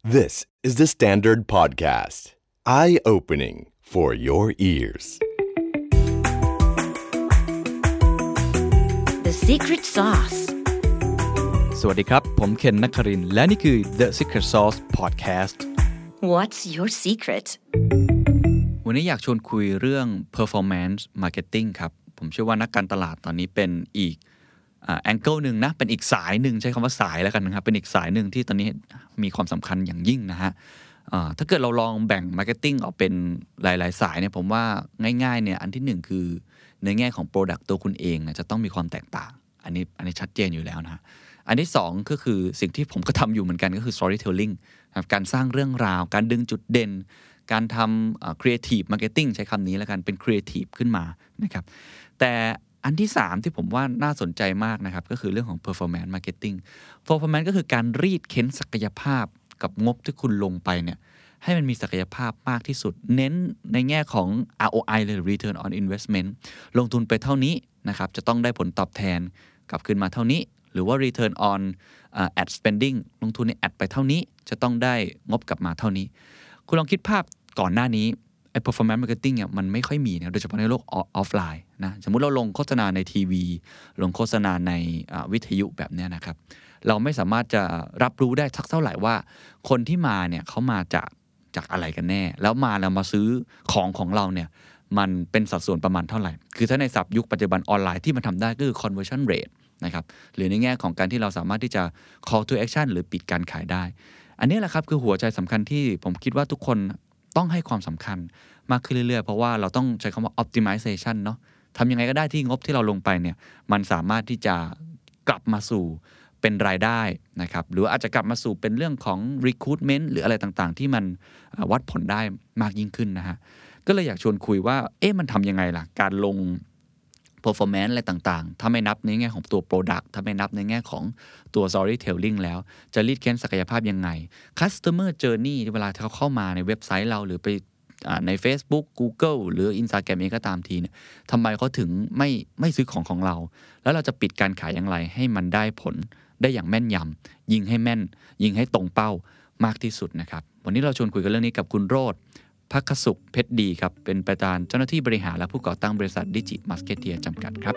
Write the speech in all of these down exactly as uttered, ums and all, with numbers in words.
This is the Standard Podcast. Eye-opening for your ears. The Secret Sauce. สวัสดีครับผมเคนนครินทร์และนี่คือ The Secret Sauce Podcast. What's your secret? วันนี้อยากชวนคุยเรื่อง performance marketing ครับผมเชื่อว่านักการตลาดตอนนี้เป็นอีกอ่า angle นึงนะเป็นอีกสายนึงใช้คำว่าสายแล้วกันนะครับเป็นอีกสายนึงที่ตอนนี้มีความสำคัญอย่างยิ่งนะฮะอ่าถ้าเกิดเราลองแบ่ง marketing ออกเป็นหลายๆสายเนี่ยผมว่าง่ายๆเนี่ยอันที่หนึ่งคือในแง่ของ product ตัวคุณเองจะต้องมีความแตกต่างอันนี้อันนี้ชัดเจนอยู่แล้วนะฮะอันที่สองก็คือสิ่งที่ผมก็ทำอยู่เหมือนกันก็คือ storytelling ครับการสร้างเรื่องราวการดึงจุดเด่นการทำ creative marketing ใช้คำนี้แล้วกันเป็น creative ขึ้นมานะครับแต่อันที่สามที่ผมว่าน่าสนใจมากนะครับก็คือเรื่องของ performance marketing performance ก็คือการรีดเค้นศักยภาพกับงบที่คุณลงไปเนี่ยให้มันมีศักยภาพมากที่สุดเน้นในแง่ของ อาร์ โอ ไอ เลย return on investment ลงทุนไปเท่านี้นะครับจะต้องได้ผลตอบแทนกลับคืนมาเท่านี้หรือว่า return on uh, ad spending ลงทุนในแอดไปเท่านี้จะต้องได้งบกลับมาเท่านี้คุณลองคิดภาพก่อนหน้านี้ไอ้ performance marketing เนี่ยมันไม่ค่อยมีนะโดยเฉพาะในโลกออฟไลน์นะสมมุติเราลงโฆษณาในทีวีลงโฆษณาในวิทยุแบบเนี้ยนะครับเราไม่สามารถจะรับรู้ได้สักเท่าไหร่ว่าคนที่มาเนี่ยเขามาจากจากอะไรกันแน่แล้วมาแล้วมาซื้อของของเราเนี่ยมันเป็นสัดส่วนประมาณเท่าไหร่คือถ้าในศัพท์ยุคปัจจุบันออนไลน์ที่มันทำได้ก็คือ conversion rate นะครับหรือในแง่ของการที่เราสามารถที่จะ call to action หรือปิดการขายได้อันนี้แหละครับคือหัวใจสำคัญที่ผมคิดว่าทุกคนต้องให้ความสำคัญมากขึ้นเรื่อยๆเพราะว่าเราต้องใช้คำว่า optimization เนาะทำยังไงก็ได้ที่งบที่เราลงไปเนี่ยมันสามารถที่จะกลับมาสู่เป็นรายได้นะครับหรืออาจจะกลับมาสู่เป็นเรื่องของ recruitment หรืออะไรต่างๆที่มันวัดผลได้มากยิ่งขึ้นนะฮะก็เลยอยากชวนคุยว่าเอ๊ะมันทำยังไงล่ะการลงperformance อะไรต่างๆถ้าไม่นับในแง่ของตัว product ถ้าไม่นับในแง่ของตัว storytelling แล้วจะรีดเค้นศักยภาพยังไง customer journey เวลาเขาเข้ามาในเว็บไซต์เราหรือไปใน Facebook Google หรือ Instagram เองก็ตามทีเนี่ยทำไมเขาถึงไม่ไม่ซื้อของของเราแล้วเราจะปิดการขายอย่างไรให้มันได้ผลได้อย่างแม่นยำยิงให้แม่นยิงให้ตรงเป้ามากที่สุดนะครับวันนี้เราชวนคุยกันเรื่องนี้กับคุณโรจน์ภักสุขเพชรดีครับเป็นประธานเจ้าหน้าที่บริหารและผู้ก่อตั้งบริษัท Digi Musketeer จำกัดครับ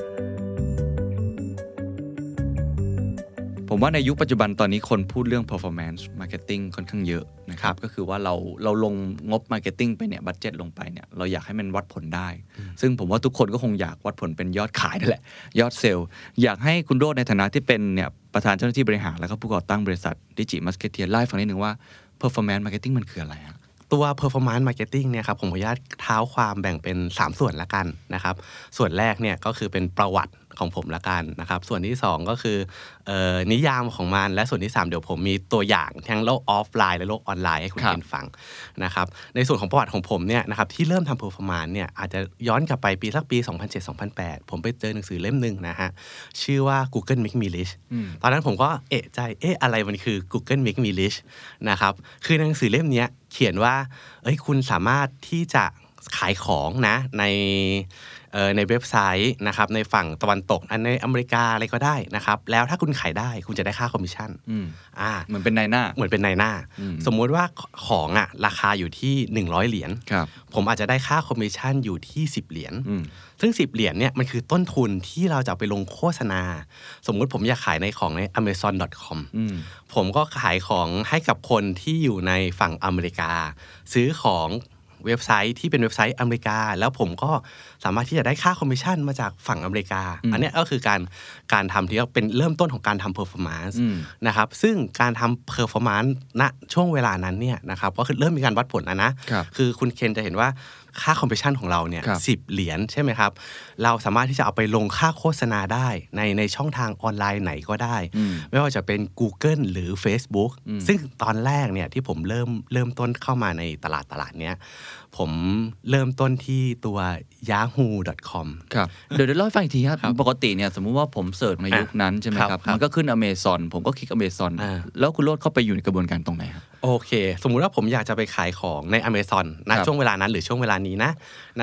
ผมว่าในยุคปัจจุบันตอนนี้คนพูดเรื่อง performance marketing ค่อนข้างเยอะนะครับก็คือว่าเราเราลงงบ marketing ไปเนี่ยบัดเจ็ตลงไปเนี่ยเราอยากให้มันวัดผลได้ซึ่งผมว่าทุกคนก็คงอยากวัดผลเป็นยอดขายนั่นแหละยอดเซลล์อยากให้คุณโรจน์ในฐานะที่เป็นเนี่ยประธานเจ้าหน้าที่บริหารและก็ผู้ก่อตั้งบริษัท Digi Musketeer เล่าให้ฟังนิดนึงว่า performance marketing มันคืออะไรฮะตัว performance marketing เนี่ยครับผมขออนุญาตเท้าความแบ่งเป็นสามส่วนละกันนะครับส่วนแรกเนี่ยก็คือเป็นประวัติของผมละกันนะครับส่วนที่สองก็คือเอ่อนิยามของมันและส่วนที่สามเดี๋ยวผมมีตัวอย่างทั้งโลกออฟไลน์และโลกออนไลน์ให้คุณเคนฟังนะครับในส่วนของประวัติของผมเนี่ยนะครับที่เริ่มทำ performance เนี่ยอาจจะย้อนกลับไปปีสักปี สองพันเจ็ด สองพันแปด ผมไปเจอหนังสือเล่มนึงนะฮะชื่อว่า Google Make Me Rich ตอนนั้นผมก็เอะใจเอ๊ะอะไรมันคือ Google Make Me Rich นะครับคือหนังสือเล่มนี้เขียนว่าเอ้ยคุณสามารถที่จะขายของนะในเอ่อในเว็บไซต์นะครับในฝั่งตะวันตกอันในอเมริกาอะไรก็ได้นะครับแล้วถ้าคุณขายได้คุณจะได้ค่าคอมมิชชั่นอ่าเหมือนเป็นนายหน้าเหมือนเป็นนายหน้าสมมุติว่าของอ่ะราคาอยู่ที่หนึ่งร้อยเหรียญผมอาจจะได้ค่าคอมมิชชั่นอยู่ที่สิบเหรียญซึ่งสิบเหรียญเนี่ยมันคือต้นทุนที่เราจะไปลงโฆษณาสมมุติผมอยากขายในของใน อเมซอน ดอท คอม ผมก็ขายของให้กับคนที่อยู่ในฝั่งอเมริกาซื้อของเว็บไซต์ที่เป็นเว็บไซต์อเมริกาแล้วผมก็สามารถที่จะได้ค่าคอมมิชชั่นมาจากฝั่งอเมริกาอันนี้ก็คือการการทำที่เป็นเริ่มต้นของการทำ performance นะครับซึ่งการทำ performance ณช่วงเวลานั้นเนี่ยนะครับก็คือเริ่มมีการวัดผลแล้วนะคือคุณเคนจะเห็นว่าค่าคอมมิชชั่นของเราเนี่ยสิบเหรียญใช่ไหมครับเราสามารถที่จะเอาไปลงค่าโฆษณาได้ในในช่องทางออนไลน์ไหนก็ได้ไม่ว่าจะเป็น Google หรือ Facebook ซึ่งตอนแรกเนี่ยที่ผมเริ่มเริ่มต้นเข้ามาในตลาดตลาดเนี้ยผมเริ่มต้นที่ตัว ยาฮู ดอท คอมครับเดี๋ยวเดี๋ยวเล่าให้ฟังอีกทีครับปกติเนี่ยสมมุติว่าผมเสิร์ชมายุคนั้นใช่ไหมครับมันก็ขึ้น Amazon ผมก็คลิก Amazon แล้วคุณโรจน์เข้าไปอยู่ในกระบวนการตรงไหนครับโอเคสมมุติว่าผมอยากจะไปขายของใน Amazon ณช่วงเวลานั้นหรือช่วงเวลานี้นะนะครับ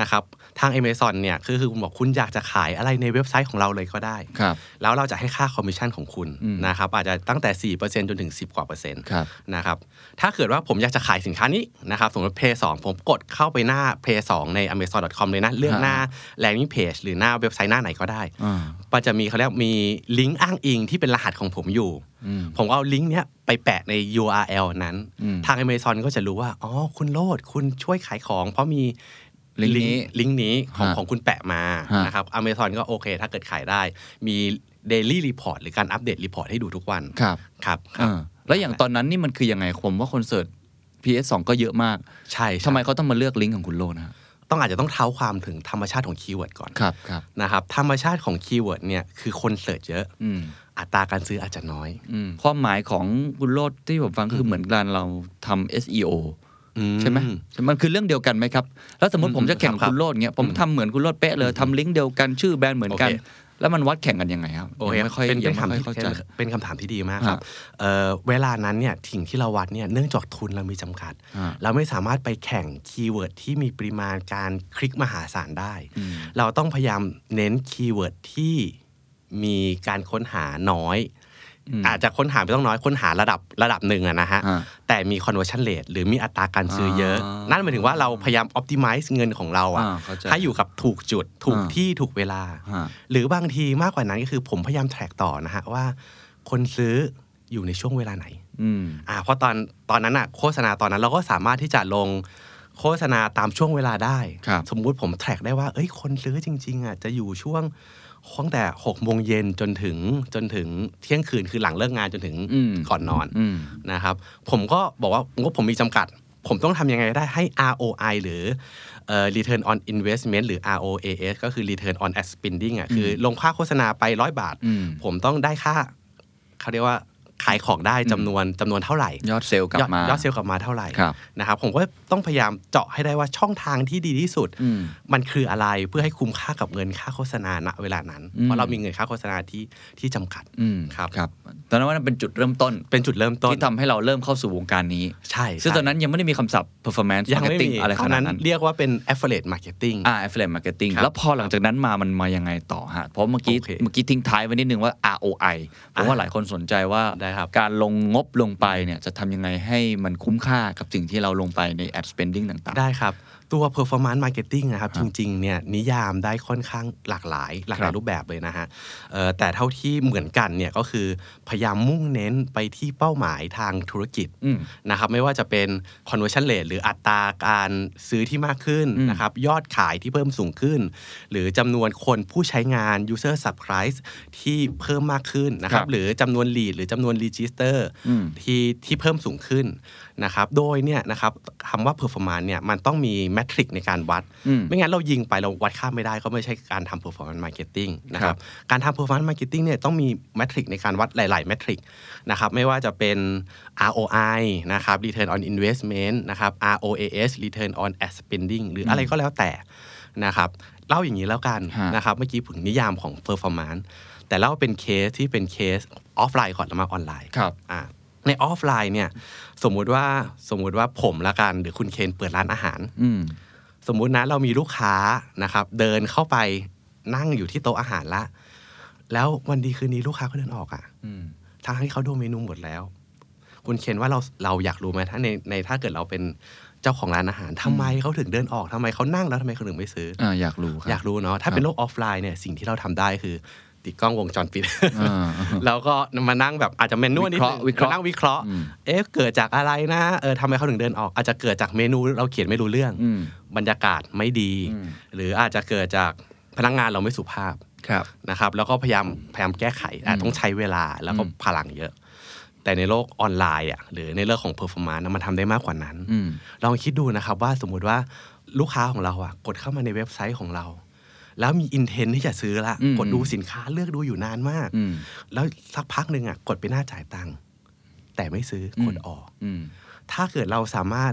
ทาง Amazon เนี่ยคือคือคุณบอกคุณอยากจะขายอะไรในเว็บไซต์ของเราเลยก็ได้แล้วเราจะให้ค่าคอมมิชชั่นของคุณนะครับอาจจะตั้งแต่ สี่เปอร์เซ็นต์ จนถึงสิบกว่าเปอร์เซ็นต์นะครับถ้าเกิดว่าผมอยากจะขายสินค้านี้นะครับสมมติ Play สองผมกดเข้าไปหน้า Play สองใน อเมซอน ดอท คอม เลยนะเลือกหน้า landing page หรือหน้าเว็บไซต์หน้าไหนก็ได้มันจะมีเขาเรียกมีลิงก์อ้างอิงที่เป็นรหัสของผมอยู่ผมเอาลิงก์เนี้ยไปแปะใน ยู อาร์ แอล นั้นทาง Amazon ก็จะรู้ว่าอ๋อคุณโลดคุณช่วยขายของเพราะมีลิงก์นี้ลิงก์นี้ของของคุณแปะมานะครับ Amazon ก็โอเคถ้าเกิดขายได้มี Daily Report หรือการอัปเดต Report ให้ดูทุกวันครับครับแล้วอย่างตอนนั้นนี่มันคือยังไงผมว่าคนเสิร์ช พี เอส สอง ก็เยอะมากใช่ทำไมเขาต้องมาเลือกลิงก์ของคุณโลนะต้องอาจจะต้องเท้าความถึงธรรมชาติของคีย์เวิร์ดก่อนครับครับนะครับธรรมชาติของคีย์เวิร์ดเนี่ยคือคนเสิร์ชเยอะอัตราการซื้ออาจจะน้อยความหมายของคุณโลดที่ผมฟังคือเหมือนกันเราทำ เอส อี โอ ใช่ไหมมันคือเรื่องเดียวกันไหมครับแล้วสมมติผมจะแข่งคุณโลดเงี้ยผมทำเหมือนคุณโลดเป๊ะเลยทำลิงก์เดียวกันชื่อแบรนด์เหมือนกันแล้วมันวัดแข่งกันยังไงครับไม่ค่อยยังไม่ค่อยเข้าใจเป็นคำถามที่ดีมากครับเวลานั้นเนี่ยสิ่งที่เราวัดเนี่ยเนื่องจากทุนเรามีจำกัดเราไม่สามารถไปแข่งคีย์เวิร์ดที่มีปริมาณการคลิกมหาศาลได้เราต้องพยายามเน้นคีย์เวิร์ดที่มีการค้นหาน้อยอาจจะค้นหาไม่ต้องน้อยค้นหาระดับระดับหนึ่งอะนะฮะแต่มี conversion rate หรือมีอัตราการซื้อเยอะนั่นหมายถึงว่าเราพยายาม optimize เงินของเราอะให้อยู่กับถูกจุดถูกที่ถูกเวลาหรือบางทีมากกว่านั้นก็คือผมพยายาม track ต่อนะฮะว่าคนซื้ออยู่ในช่วงเวลาไหนอ่าเพราะตอนตอนนั้นอะโฆษณาตอนนั้นเราก็สามารถที่จะลงโฆษณาตามช่วงเวลาได้สมมุติผม track ได้ว่าเอ้ยคนซื้อจริงๆอะจะอยู่ช่วงตั้งแต่หกโมงเย็นจนถึงจนถึงเที่ยงคืนคือหลังเลิกงานจนถึงก่อนนอนนะครับผมก็บอกว่างบผมมีจำกัดผมต้องทำยังไงได้ให้ อาร์ โอ ไอ หรือเอ่อ return on investment หรือ อาร์ โอ เอ เอส ก็คือ return on ad spending อ่ะคือลงค่าโฆษณาไปหนึ่งร้อยบาทผมต้องได้ค่าเขาเรียกว่าขายของได้จำนวนจำนวนเท่าไหร่ยอดเซลล์กลับมายอดเซลล์กลับมาเท่าไหร่นะครับผมก็ต้องพยายามเจาะให้ได้ว่าช่องทางที่ดีที่สุดมันคืออะไรเพื่อให้คุ้มค่ากับเงินค่าโฆษณาณเวลานั้นเพราะเรามีเงินค่าโฆษณาที่ที่จำกัดครับครับตอนนั้นว่าเป็นจุดเริ่มต้นเป็นจุดเริ่มต้นที่ทำให้เราเริ่มเข้าสู่วงการนี้ใช่ซึ่งตอนนั้นยังไม่ได้มีคำศัพท์ performance marketing อะไรขนาดนั้นเรียกว่าเป็น affiliate marketing อ่า affiliate marketing แล้วพอหลังจากนั้นมามันมายังไงต่อฮะเพราะเมื่อกี้เมื่อกี้ทิ้งท้ายไว้นิดนึงว่า อาร์ โอ ไอ เพราะว่าหลายคนสนใจว่าการลงงบลงไปเนี่ยจะทำยังไงให้มันคุ้มค่ากับสิ่งที่เราลงไปใน ad spending ต่างๆได้ครับตัว performance marketing นะครับจริงๆเนี่ยนิยามได้ค่อนข้างหลากหลายหลากหลายรูปแบบเลยนะฮะแต่เท่าที่เหมือนกันเนี่ยก็คือพยายามมุ่งเน้นไปที่เป้าหมายทางธุรกิจนะครับไม่ว่าจะเป็น conversion rate หรืออัตราการซื้อที่มากขึ้นนะครับยอดขายที่เพิ่มสูงขึ้นหรือจำนวนคนผู้ใช้งาน user subscribe ที่เพิ่มมากขึ้นนะครับหรือจำนวน lead หรือจำนวน register ที่ที่เพิ่มสูงขึ้นนะครับโดยเนี่ยนะครับคำว่า performance เนี่ยมันต้องมีแมทริกในการวัดไม่งั้นเรายิงไปเราวัดค่าไม่ได้ก็ไม่ใช่การทำ performance marketing นะครับการทำ performance marketing เนี่ยต้องมีแมทริกในการวัดหลายๆแมทริกนะครับไม่ว่าจะเป็น อาร์ โอ ไอ นะครับ return on investment นะครับ อาร์ โอ เอ เอส return on ad spending หรืออะไรก็แล้วแต่นะครับเล่าอย่างนี้แล้วกันนะครับเมื่อกี้ถึงนิยามของ performance แต่เล่าเป็นเคสที่เป็นเคสออฟไลน์ก่อนแล้วมาออนไลน์ครับอ่าในออฟไลน์เนี่ยสมมุติว่าสมมุติว่าผมละกันหรือคุณเคนเปิดร้านอาหารสมมุตินะเรามีลูกค้านะครับเดินเข้าไปนั่งอยู่ที่โต๊ะอาหารละแล้ววันดีคืนนี้ลูกค้าก็เดินออกอ่ะทั้งที่เขาดูเมนูหมดแล้วคุณเคนว่าเราเราอยากรู้ไหมถ้าในในถ้าเกิดเราเป็นเจ้าของร้านอาหารทำไมเขาถึงเดินออกทำไมเขานั่งแล้วทำไมเขาถึงไม่ซื้ออ่าอยากรู้ครับอยากรู้เนาะถ้าเป็นโลกออฟไลน์เนี่ยสิ่งที่เราทำได้คือติดกล้องวงจรปิดแล้วก็มานั่งแบบอาจจะเมนูนิดนึงมานั่งวิเคราะห์เอ๊ะเกิดจากอะไรนะเออทำไมเขาถึงเดินออกอาจจะเกิดจากเมนูเราเขียนไม่รู้เรื่องบรรยากาศไม่ดีหรืออาจจะเกิดจากพนักงานเราไม่สุภาพนะครับแล้วก็พยายามพยายามแก้ไขอาจต้องใช้เวลาแล้วก็พลังเยอะแต่ในโลกออนไลน์อ่ะหรือในเรื่องของ performance มันทำได้มากกว่านั้นลองคิดดูนะครับว่าสมมุติว่าลูกค้าของเราอ่ะกดเข้ามาในเว็บไซต์ของเราแล้วมีอินเทนที่จะซื้อละกดดูสินค้าเลือกดูอยู่นานมากแล้วสักพักนึงอ่ะกดไปหน้าจ่ายตังค์แต่ไม่ซื้อกดออกถ้าเกิดเราสามารถ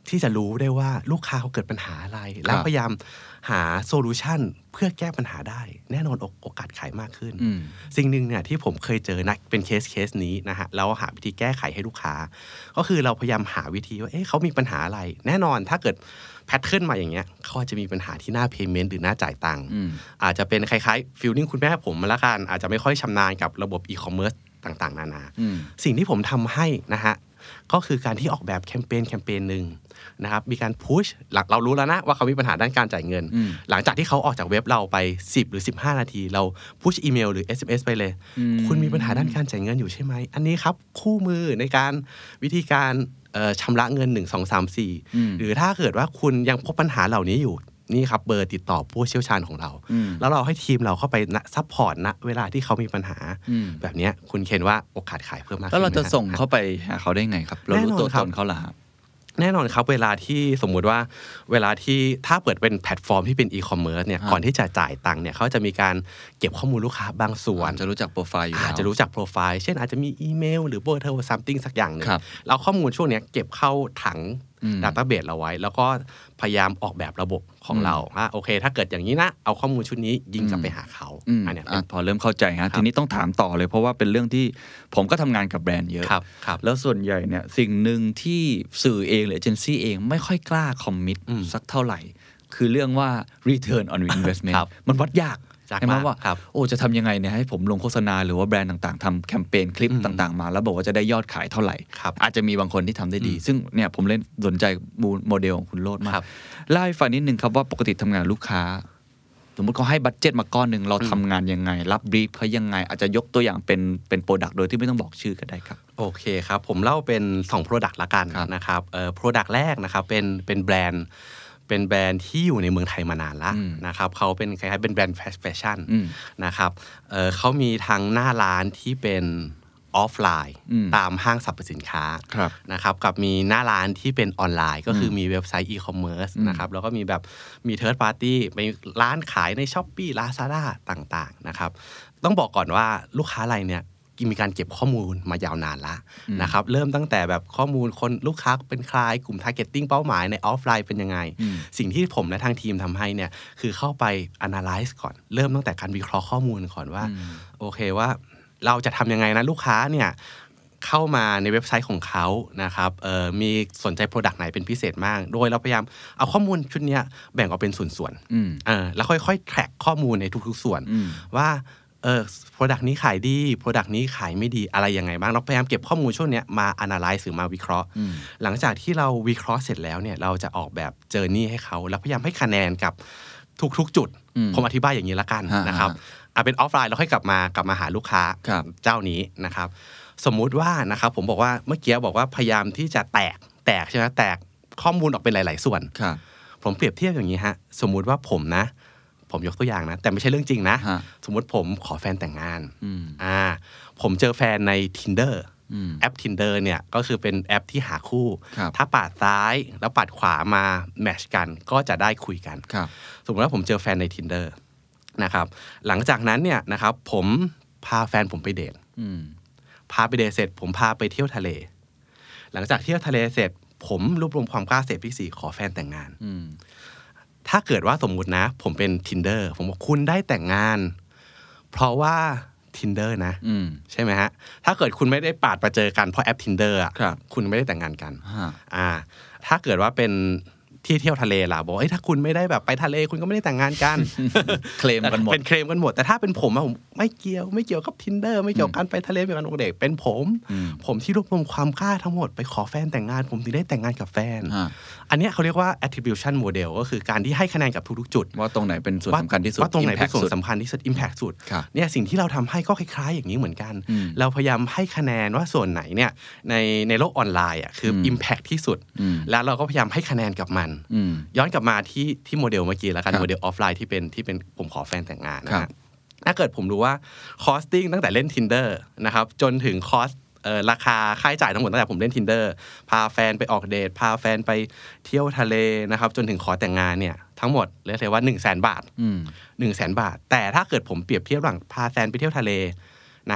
ที่จะรู้ได้ว่าลูกค้าเขาเกิดปัญหาอะไรแล้วพยายามหาโซลูชันเพื่อแก้ปัญหาได้แน่นอนโอกาสขายมากขึ้นสิ่งหนึ่งเนี่ยที่ผมเคยเจอนะเป็นเคสเคสนี้นะฮะแล้วหาวิธีแก้ไขให้ลูกค้าก็คือเราพยายามหาวิธีว่าเอ๊ะเขามีปัญหาอะไรแน่นอนถ้าเกิดแพทเทิร์นมาอย่างเงี้ยเขาจะมีปัญหาที่หน้า payment หรือหน้าจ่ายตังค์อาจจะเป็นคล้ายๆฟีลลิ่งคุณแม่ผมมาละกันอาจจะไม่ค่อยชำนาญกับระบบอีคอมเมิร์ซต่างๆนานาสิ่งที่ผมทำให้นะฮะก็คือการที่ออกแบบแคมเปญแคมเปญหนึ่งนะครับมีการพุชหลักเรารู้แล้วนะว่าเขามีปัญหาด้านการจ่ายเงินหลังจากที่เขาออกจากเว็บเราไปสิบหรือสิบห้านาทีเราพุชอีเมลหรือ เอส เอ็ม เอส ไปเลยคุณมีปัญหาด้านการจ่ายเงินอยู่ใช่ไหมอันนี้ครับคู่มือในการวิธีการชำระเงินหนึ่ง สอง สาม สี่หรือถ้าเกิดว่าคุณยังพบปัญหาเหล่านี้อยู่นี่ครับเบอร์ติดต่อผู้เชี่ยวชาญของเราแล้วเราให้ทีมเราเข้าไปซัพพอร์ตณเวลาที่เขามีปัญหาแบบนี้คุณเคนว่าโอกาสขายเพิ่มมากขึ้นแล้วเราจะส่งเข้าไปหาเขาได้ไงครับเรารู้ตัวตนเขาหรือแน่นอนครับเวลาที่สมมุติว่าเวลาที่ถ้าเปิดเป็นแพลตฟอร์มที่เป็นอีคอมเมิร์ซเนี่ยก่อนที่จะจ่ายตังค์เนี่ยเขาจะมีการเก็บข้อมูลลูกค้าบางส่วนจะรู้จักโปรไฟล์อยู่แล้วจะรู้จักโปรไฟล์เช่นอาจจะมีอีเมลหรือเบอร์โทร something สักอย่างนึงแล้วข้อมูลช่วงนี้เก็บเข้าถังdatabase เราไว้แล้วก็พยายามออกแบบระบบของเราว่าโอเคถ้าเกิดอย่างนี้นะเอาข้อมูลชุดนี้ยิงกลับไปหาเขาอันนี้พอเริ่มเข้าใจฮะทีนี้ต้องถามต่อเลยเพราะว่าเป็นเรื่องที่ผมก็ทำงานกับแบรนด์เยอะแล้วส่วนใหญ่เนี่ยสิ่งหนึ่งที่สื่อเองหรือเอเจนซี่เองไม่ค่อยกล้าคอมมิตสักเท่าไหร่คือเรื่องว่า return on investment มันวัดยากใช่ไหมว่าโอ้จะทำยังไงเนี่ยให้ผมลงโฆษณาหรือว่าแบรนด์ต่างๆทำแคมเปญคลิปต่างๆมาแล้วบอกว่าจะได้ยอดขายเท่าไหร่อาจจะมีบางคนที่ทำได้ดีซึ่งเนี่ยผมเล่นสนใจโมเดลของคุณโลดมากเล่าให้ฟังนิดนึงครับว่าปกติทำงานลูกค้าสมมติเขาให้บัดเจ็ตมาก้อนหนึ่งเราทำงานยังไงรับบรีฟเขายังไงอาจจะยกตัวอย่างเป็นเป็นโปรดักต์โดยที่ไม่ต้องบอกชื่อก็ได้ครับโอเคครับผมเล่าเป็นสองโปรดักต์ละกันนะครับเอ่อโปรดักต์แรกนะครับเป็นเป็นแบรนด์เป็นแบรนด์ที่อยู่ในเมืองไทยมานานแล้วนะครับเขาเป็นคล้ายๆเป็นแบรนด์แฟชั่นนะครับเอ่อเขามีทางหน้าร้านที่เป็นออฟไลน์ตามห้างสรรพสินค้านะครับกับมีหน้าร้านที่เป็นออนไลน์ก็คือมีเว็บไซต์อีคอมเมิร์ซนะครับแล้วก็มีแบบมีเทิร์ดปาร์ตี้มีร้านขายใน Shopee Lazada ต่างๆนะครับต้องบอกก่อนว่าลูกค้ารายเนี่ยมีการเก็บข้อมูลมายาวนานแล้วนะครับเริ่มตั้งแต่แบบข้อมูลคนลูกค้าเป็นใครกลุ่ม targeting เป้าหมายในออฟไลน์เป็นยังไงสิ่งที่ผมและทางทีมทำให้เนี่ยคือเข้าไป analyze ก่อนเริ่มตั้งแต่การวิเคราะห์ข้อมูลก่อนว่าโอเคว่าเราจะทำยังไงนะลูกค้าเนี่ยเข้ามาในเว็บไซต์ของเขานะครับเอ่อมีสนใจ product ไหนเป็นพิเศษมากโดยเราพยายามเอาข้อมูลชุดนี้แบ่งออกเป็นส่วนๆเออแล้วค่อยๆ track ข้อมูลในทุกๆส่วนว่าเออ product นี้ขายดี product นี้ขายไม่ดีอะไรยังไงบ้างเราพยายามเก็บข้อมูลช่วงนี้มา analyze หรือมาวิเคราะห์หลังจากที่เราวิเคราะห์เสร็จแล้วเนี่ยเราจะออกแบบ journey ให้เขาแล้วพยายามให้คะแนนกับทุกๆจุดผมอธิบายอย่างนี้ละกันนะครับอ่ะเป็นออฟไลน์เราค่อยกลับมากลับมาหาลูกค้าเจ้านี้นะครับสมมุติว่านะครับผมบอกว่าเมื่อกี้บอกว่าพยายามที่จะแตกแตกใช่ไหมแตกข้อมูลออกเป็นหลายๆส่วนผมเปรียบเทียบอย่างนี้ฮะสมมุติว่าผมนะผมยกตัวอย่างนะแต่ไม่ใช่เรื่องจริงนะสมมุติผมขอแฟนแต่งงานอ่าผมเจอแฟนใน Tinder แอป Tinder เนี่ยก็คือเป็นแอปที่หาคู่ถ้าปาดซ้ายแล้วปาดขวามาแมทช์กันก็จะได้คุยกันสมมติว่าผมเจอแฟนใน Tinder นะครับหลังจากนั้นเนี่ยนะครับผมพาแฟนผมไปเดทพาไปเดทเสร็จผมพาไปเที่ยวทะเลหลังจากเที่ยวทะเลเสร็จผมรวบรวมความกล้าเสร็จที่สี่ขอแฟนแต่งงานถ้าเกิดว่าสมมุตินะผมเป็น Tinder ผมบอกคุณได้แต่งงานเพราะว่า Tinder นะใช่ไหมฮะถ้าเกิดคุณไม่ได้ปาดมาเจอกันเพราะแอป Tinder อ่ะคุณไม่ได้แต่งงานกันอ่าถ้าเกิดว่าเป็นที่เที่ยวทะเลล่ะบอกเอ้ยถ้าคุณไม่ได้แบบไปทะเลคุณก็ไม่ได้แต่งงานกันเคลมกันหมดเป็นเคลมกันหมดแต่ถ้าเป็นผมอะผมไม่เกี่ยวไม่เกี่ยวกับ Tinder ไม่เกี่ยวกันไปทะเลไปกันเด็กเป็นผมผมที่รวบรวมความกล้าทั้งหมดไปขอแฟนแต่งงานผมถึงได้แต่งงานกับแฟนอันนี้เขาเรียกว่า attribution model ก็คือการที่ให้คะแนนกับทุกๆจุดว่าตรงไหนเป็นส่วนสำคัญที่สุดว่าตรงไหนเป็นส่วนสำคัญที่สุด impact สุดเนี่ยสิ่งที่เราทำให้ก็คล้ายๆอย่างนี้เหมือนกันเราพยายามให้คะแนนว่าส่วนไหนเนี่ยในในโลกออนไลน์อ่ะคือ impact ที่สุดแล้วเราก็พยายามให้คะแนนกับมันย้อนกลับมาที่ที่โมเดลเมื่อกี้แล้วกันโมเดลออฟไลน์ที่เป็นที่เป็นผมขอแฟนแต่งงานนะฮะถ้าเกิดผมรู้ว่าคอสติ้งตั้งแต่เล่น Tinder นะครับจนถึงคอสเอ่อราคาค่าใช้จ่ายทั้งหมดตั้งแต่ผมเล่น Tinder พาแฟนไปออกเดทพาแฟนไปเที่ยวทะเลนะครับจนถึงขอแต่งงานเนี่ยทั้งหมดเรียกได้ว่า หนึ่งแสน บาท หนึ่งแสน บาทแต่ถ้าเกิดผมเปรียบเทียบระหว่างพาแฟนไปเที่ยวทะเลนะฮะ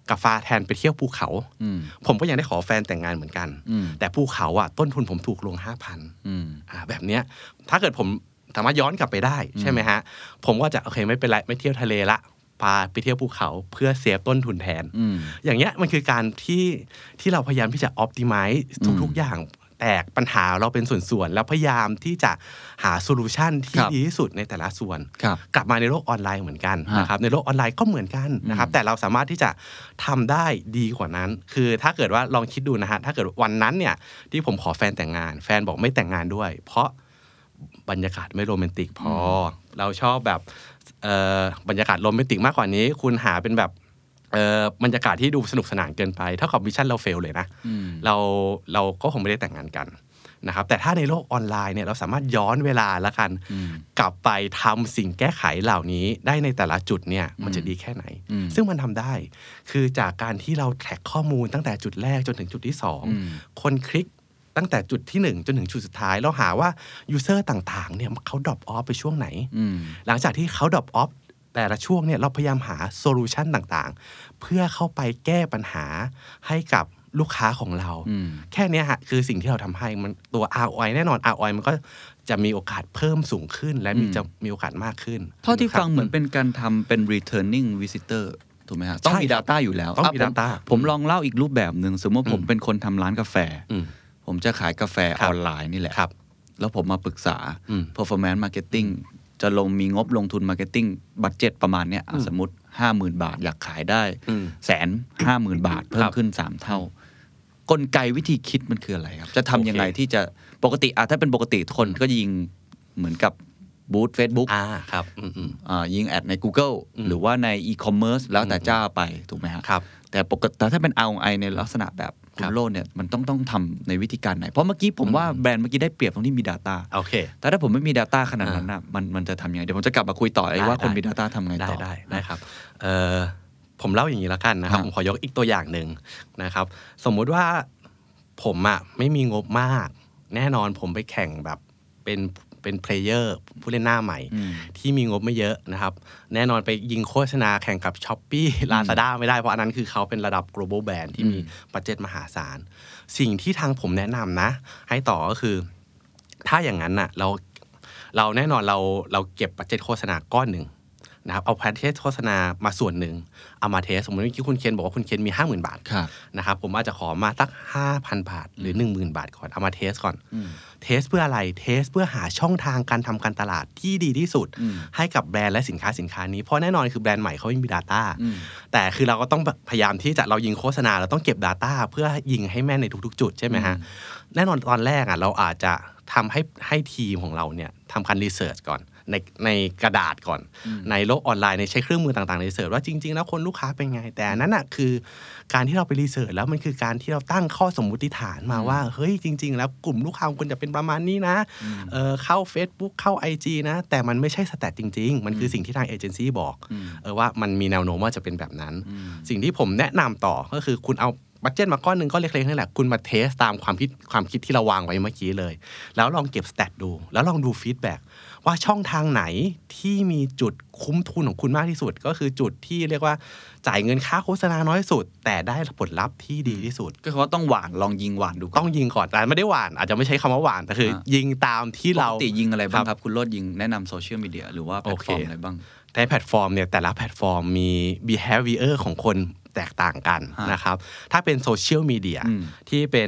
กับฟ้าแทนไปเที่ยวภูเขาผมก็ยังได้ขอแฟนแต่งงานเหมือนกันแต่ภูเขาอ่ะต้นทุนผมถูกลง ห้าพัน อืมอ่าแบบเนี้ยถ้าเกิดผมสามารถย้อนกลับไปได้ใช่ไหมฮะผมก็จะโอเคไม่เป็นไรไม่เที่ยวทะเลละพาไปเที่ยวภูเขาเพื่อเซฟต้นทุนแทนอย่างเงี้ยมันคือการที่ที่เราพยายามที่จะ optimize ทุกๆอย่างแตกปัญหาเราเป็นส่วนๆแล้วพยายามที่จะหาโซลูชันที่ดีที่สุดในแต่ละส่วนกลับมาในโลกออนไลน์เหมือนกันนะครับในโลกออนไลน์ก็เหมือนกันนะครับแต่เราสามารถที่จะทำได้ดีกว่านั้นคือถ้าเกิดว่าลองคิดดูนะฮะถ้าเกิดวันนั้นเนี่ยที่ผมขอแฟนแต่งงานแฟนบอกไม่แต่งงานด้วยเพราะบรรยากาศไม่โรแมนติกพอเราชอบแบบบรรยากาศโรแมนติกมากกว่านี้คุณหาเป็นแบบบรรยากาศที่ดูสนุกสนานเกินไปเท่ากับวิชั่นเราเฟลเลยนะเราเราก็คงไม่ได้แต่งงานกันนะครับแต่ถ้าในโลกออนไลน์เนี่ยเราสามารถย้อนเวลาละกันกลับไปทำสิ่งแก้ไขเหล่านี้ได้ในแต่ละจุดเนี่ยมันจะดีแค่ไหนซึ่งมันทำได้คือจากการที่เราแทร็กข้อมูลตั้งแต่จุดแรกจนถึงจุดที่สองคนคลิกตั้งแต่จุดที่หนึ่งจนถึงจุดสุดท้ายเราหาว่ายูเซอร์ต่างๆเนี่ยเขาดรอปออฟไปช่วงไหนหลังจากที่เขาดรอปออฟแต่ละช่วงเนี่ยเราพยายามหาโซลูชันต่างๆเพื่อเข้าไปแก้ปัญหาให้กับลูกค้าของเราแค่นี้ฮะคือสิ่งที่เราทำให้มันตัว อาร์ โอ ไอ แน่นอน อาร์ โอ ไอ มันก็จะมีโอกาสเพิ่มสูงขึ้นและมีจะมีโอกาสมากขึ้นเท่าที่ฟังเหมือนเป็นการทำเป็น returning visitor ถูกไหมฮะต้องมี data อยู่แล้วต้องมี data ผมลองเล่าอีกรูปแบบหนึ่งสมมติผมเป็นคนทำร้านกาแฟผมจะขายกาแฟออนไลน์นี่แหละแล้วผมมาปรึกษา performance marketing จะลงมีงบลงทุน marketing บัดเจ็ตประมาณเนี้ยสมมติ ห้าหมื่น บาทอยากขายได้แสนห้าหมื่นบาทเพิ่มขึ้นสามเท่ากลไกวิธีคิดมันคืออะไรครับจะทำยังไงที่จะปกติอ่ะถ้าเป็นปกติคนก็ยิงเหมือนกับบูธ Facebook อ่าครับอ่ายิงแอดใน Google หรือว่าใน e-commerce แล้วแต่เจ้าไปถูกไหมครับครับแต่ปกติถ้าเป็น อาร์ โอ ไอ ในลักษณะแบบคุณโลดเนี่ยมันต้องต้องทำในวิธีการไหนเพราะเมื่อกี้ผมว่าแบรนด์เมื่อกี้ได้เปรียบตรงที่มี data โอเคแต่ถ้าผมไม่มี data ขนาดนั้นน่ะมันมันจะทำยังไงเดี๋ยวผมจะกลับมาคุยต่อไอ้ว่าคนมี data ทำไงต่อได้ได้ครับเอ่อผมเล่าอย่างนี้แล้วกันนะครับผมขอยกอีกตัวอย่างหนึ่งนะครับสมมุติว่าผมอ่ะไม่มีงบมากแน่นอนผมไปแข่งแบบเป็นเป็นเพลเยอร์ผู้เล่นหน้าใหม่ที่มีงบไม่เยอะนะครับแน่นอนไปยิงโฆษณาแข่งกับ Shopee Lazada ไม่ได้เพราะอันนั้นคือเขาเป็นระดับ global brand ที่มีบัดเจ็ตมหาศาลสิ่งที่ทางผมแนะนำนะให้ต่อก็คือถ้าอย่างนั้นน่ะเราเราแน่นอนเราเราเก็บบัดเจ็ตโฆษณาก้อนหนึ่งนะครับเอาแพนเทสโฆษณามาส่วนหนึ่งเอามาเทสสมมติเมื่อกี้คุณเคนบอกว่าคุณเคนมี ห้าหมื่น บาทนะครับผมอาจจะขอมาสัก ห้าพัน บาทหรือ หนึ่งหมื่น บาทก่อนเอามาเทสก่อนเทสเพื่ออะไรเทสเพื่อหาช่องทางการทำการตลาดที่ดีที่สุดให้กับแบรนด์และสินค้าสินค้านี้เพราะแน่นอนคือแบรนด์ใหม่เขาไม่มี data แต่คือเราก็ต้องพยายามที่จะเรายิงโฆษณาเราต้องเก็บ data เพื่อยิงให้แม่นในทุกๆจุดใช่ไหมฮะแน่นอนตอนแรกอ่ะเราอาจจะทำให้ให้ทีมของเราเนี่ยทำการรีเสิร์ชก่อนในในกระดาษก่อนในโลกออนไลน์ในใช้เครื่องมือต่างๆรีเสิร์ชว่าจริงๆแล้วคนลูกค้าเป็นไงแต่นั้นน่ะคือการที่เราไปรีเสิร์ชแล้วมันคือการที่เราตั้งข้อสมมุติฐานมาว่าเฮ้ยจริงๆแล้วกลุ่มลูกค้าของคุณจะเป็นประมาณนี้นะเออเข้า Facebook เข้า ไอ จี นะแต่มันไม่ใช่สแตทจริงๆมันคือสิ่งที่ทางเอเจนซี่บอกเออว่ามันมีแนวโน้มว่าจะเป็นแบบนั้นสิ่งที่ผมแนะนำต่อก็คือคุณเอาบัดเจ็ตมาก้อนหนึ่งก็เล็กๆนี่แหละคุณมาเทสตามความคิดความคิดที่เราวางไว้เมื่อกี้เลยแล้วลองเก็บสแตทดูแล้วลองดูฟีดแบ็กว่าช่องทางไหนที่มีจุดคุ้มทุนของคุณมากที่สุดก็คือจุดที่เรียกว่าจ่ายเงินค่าโฆษณาน้อยสุดแต่ได้ผลลัพธ์ที่ดีที่สุดก็คือว่าต้องหวานลองยิงหวานดูต้องยิงก่อนแต่ไม่ได้หวานอาจจะไม่ใช้คำว่าหวานแต่คือยิงตามที่เราปกติยิงอะไรบ้างครับคุณโลดยิงแนะนำโซเชียลมีเดียหรือว่าแพลตฟอร์มอะไรบ้างในแพลตฟอร์มเนี่ยแต่ละแพลตฟอร์มมี behavior ของคนแตกต่างกันนะครับถ้าเป็นโซเชียลมีเดียที่เป็น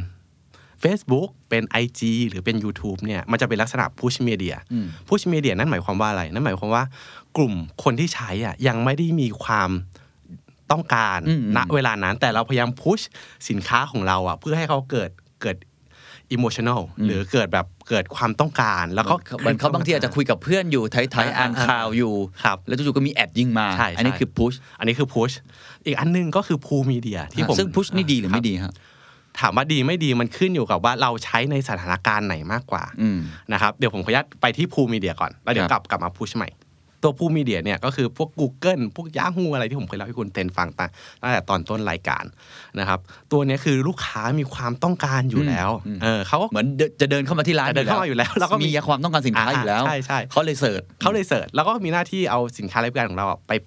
Facebook เป็น ไอ จี หรือเป็น YouTube เนี่ยมันจะเป็นลักษณะ push media push media นั่นหมายความว่าอะไรนั่นหมายความว่ากลุ่มคนที่ใช้อ่ะยังไม่ได้มีความต้องการณเวลานั้นแต่เราพยายาม push สินค้าของเราอ่ะเพื่อให้เขาเกิดเกิดemotional หรือเกิดแบบเกิดความต้องการแล้วก็เหมือนเขาบางทีอาจจะคุยกับเพื่อนอยู่ไทยๆอ่านข่าวอยู่แล้วจู่ๆก็มีแอดยิงมาอันนี้คือ push อันนี้คือ push อีกอันนึงก็คือ pull media ที่ผมซึ่ง push นี่ดีหรือไม่ดีครับถามว่าดีไม่ดีมันขึ้นอยู่กับว่าเราใช้ในสถานการณ์ไหนมากกว่านะครับเดี๋ยวผมขออนุญาตไปที่ pull media ก่อนแล้วเดี๋ยวกลับกลับมา push ใหม่ตัว pull media เนี่ยก็คือพวก Google พวก Yahoo อะไรที่ผมเคยเล่าให้คุณเทนฟังตั้งแต่ตอนต้นรายการนะครับตัวนี้คือลูกค้ามีความต้องการอยู่แล้วเออเขาเหมือนจะเดินเข้ามาที่ร้านเดินเข้ามาอยู่แล้วแล้วก็มีความต้องการสินค้าอยู่แล้วใช่ใช่เขาเลยเสิร์ชเขาเลยเสิร์ชแล้วก็มีหน้าที่เอาสินค้าและบริการของเราไปแปะ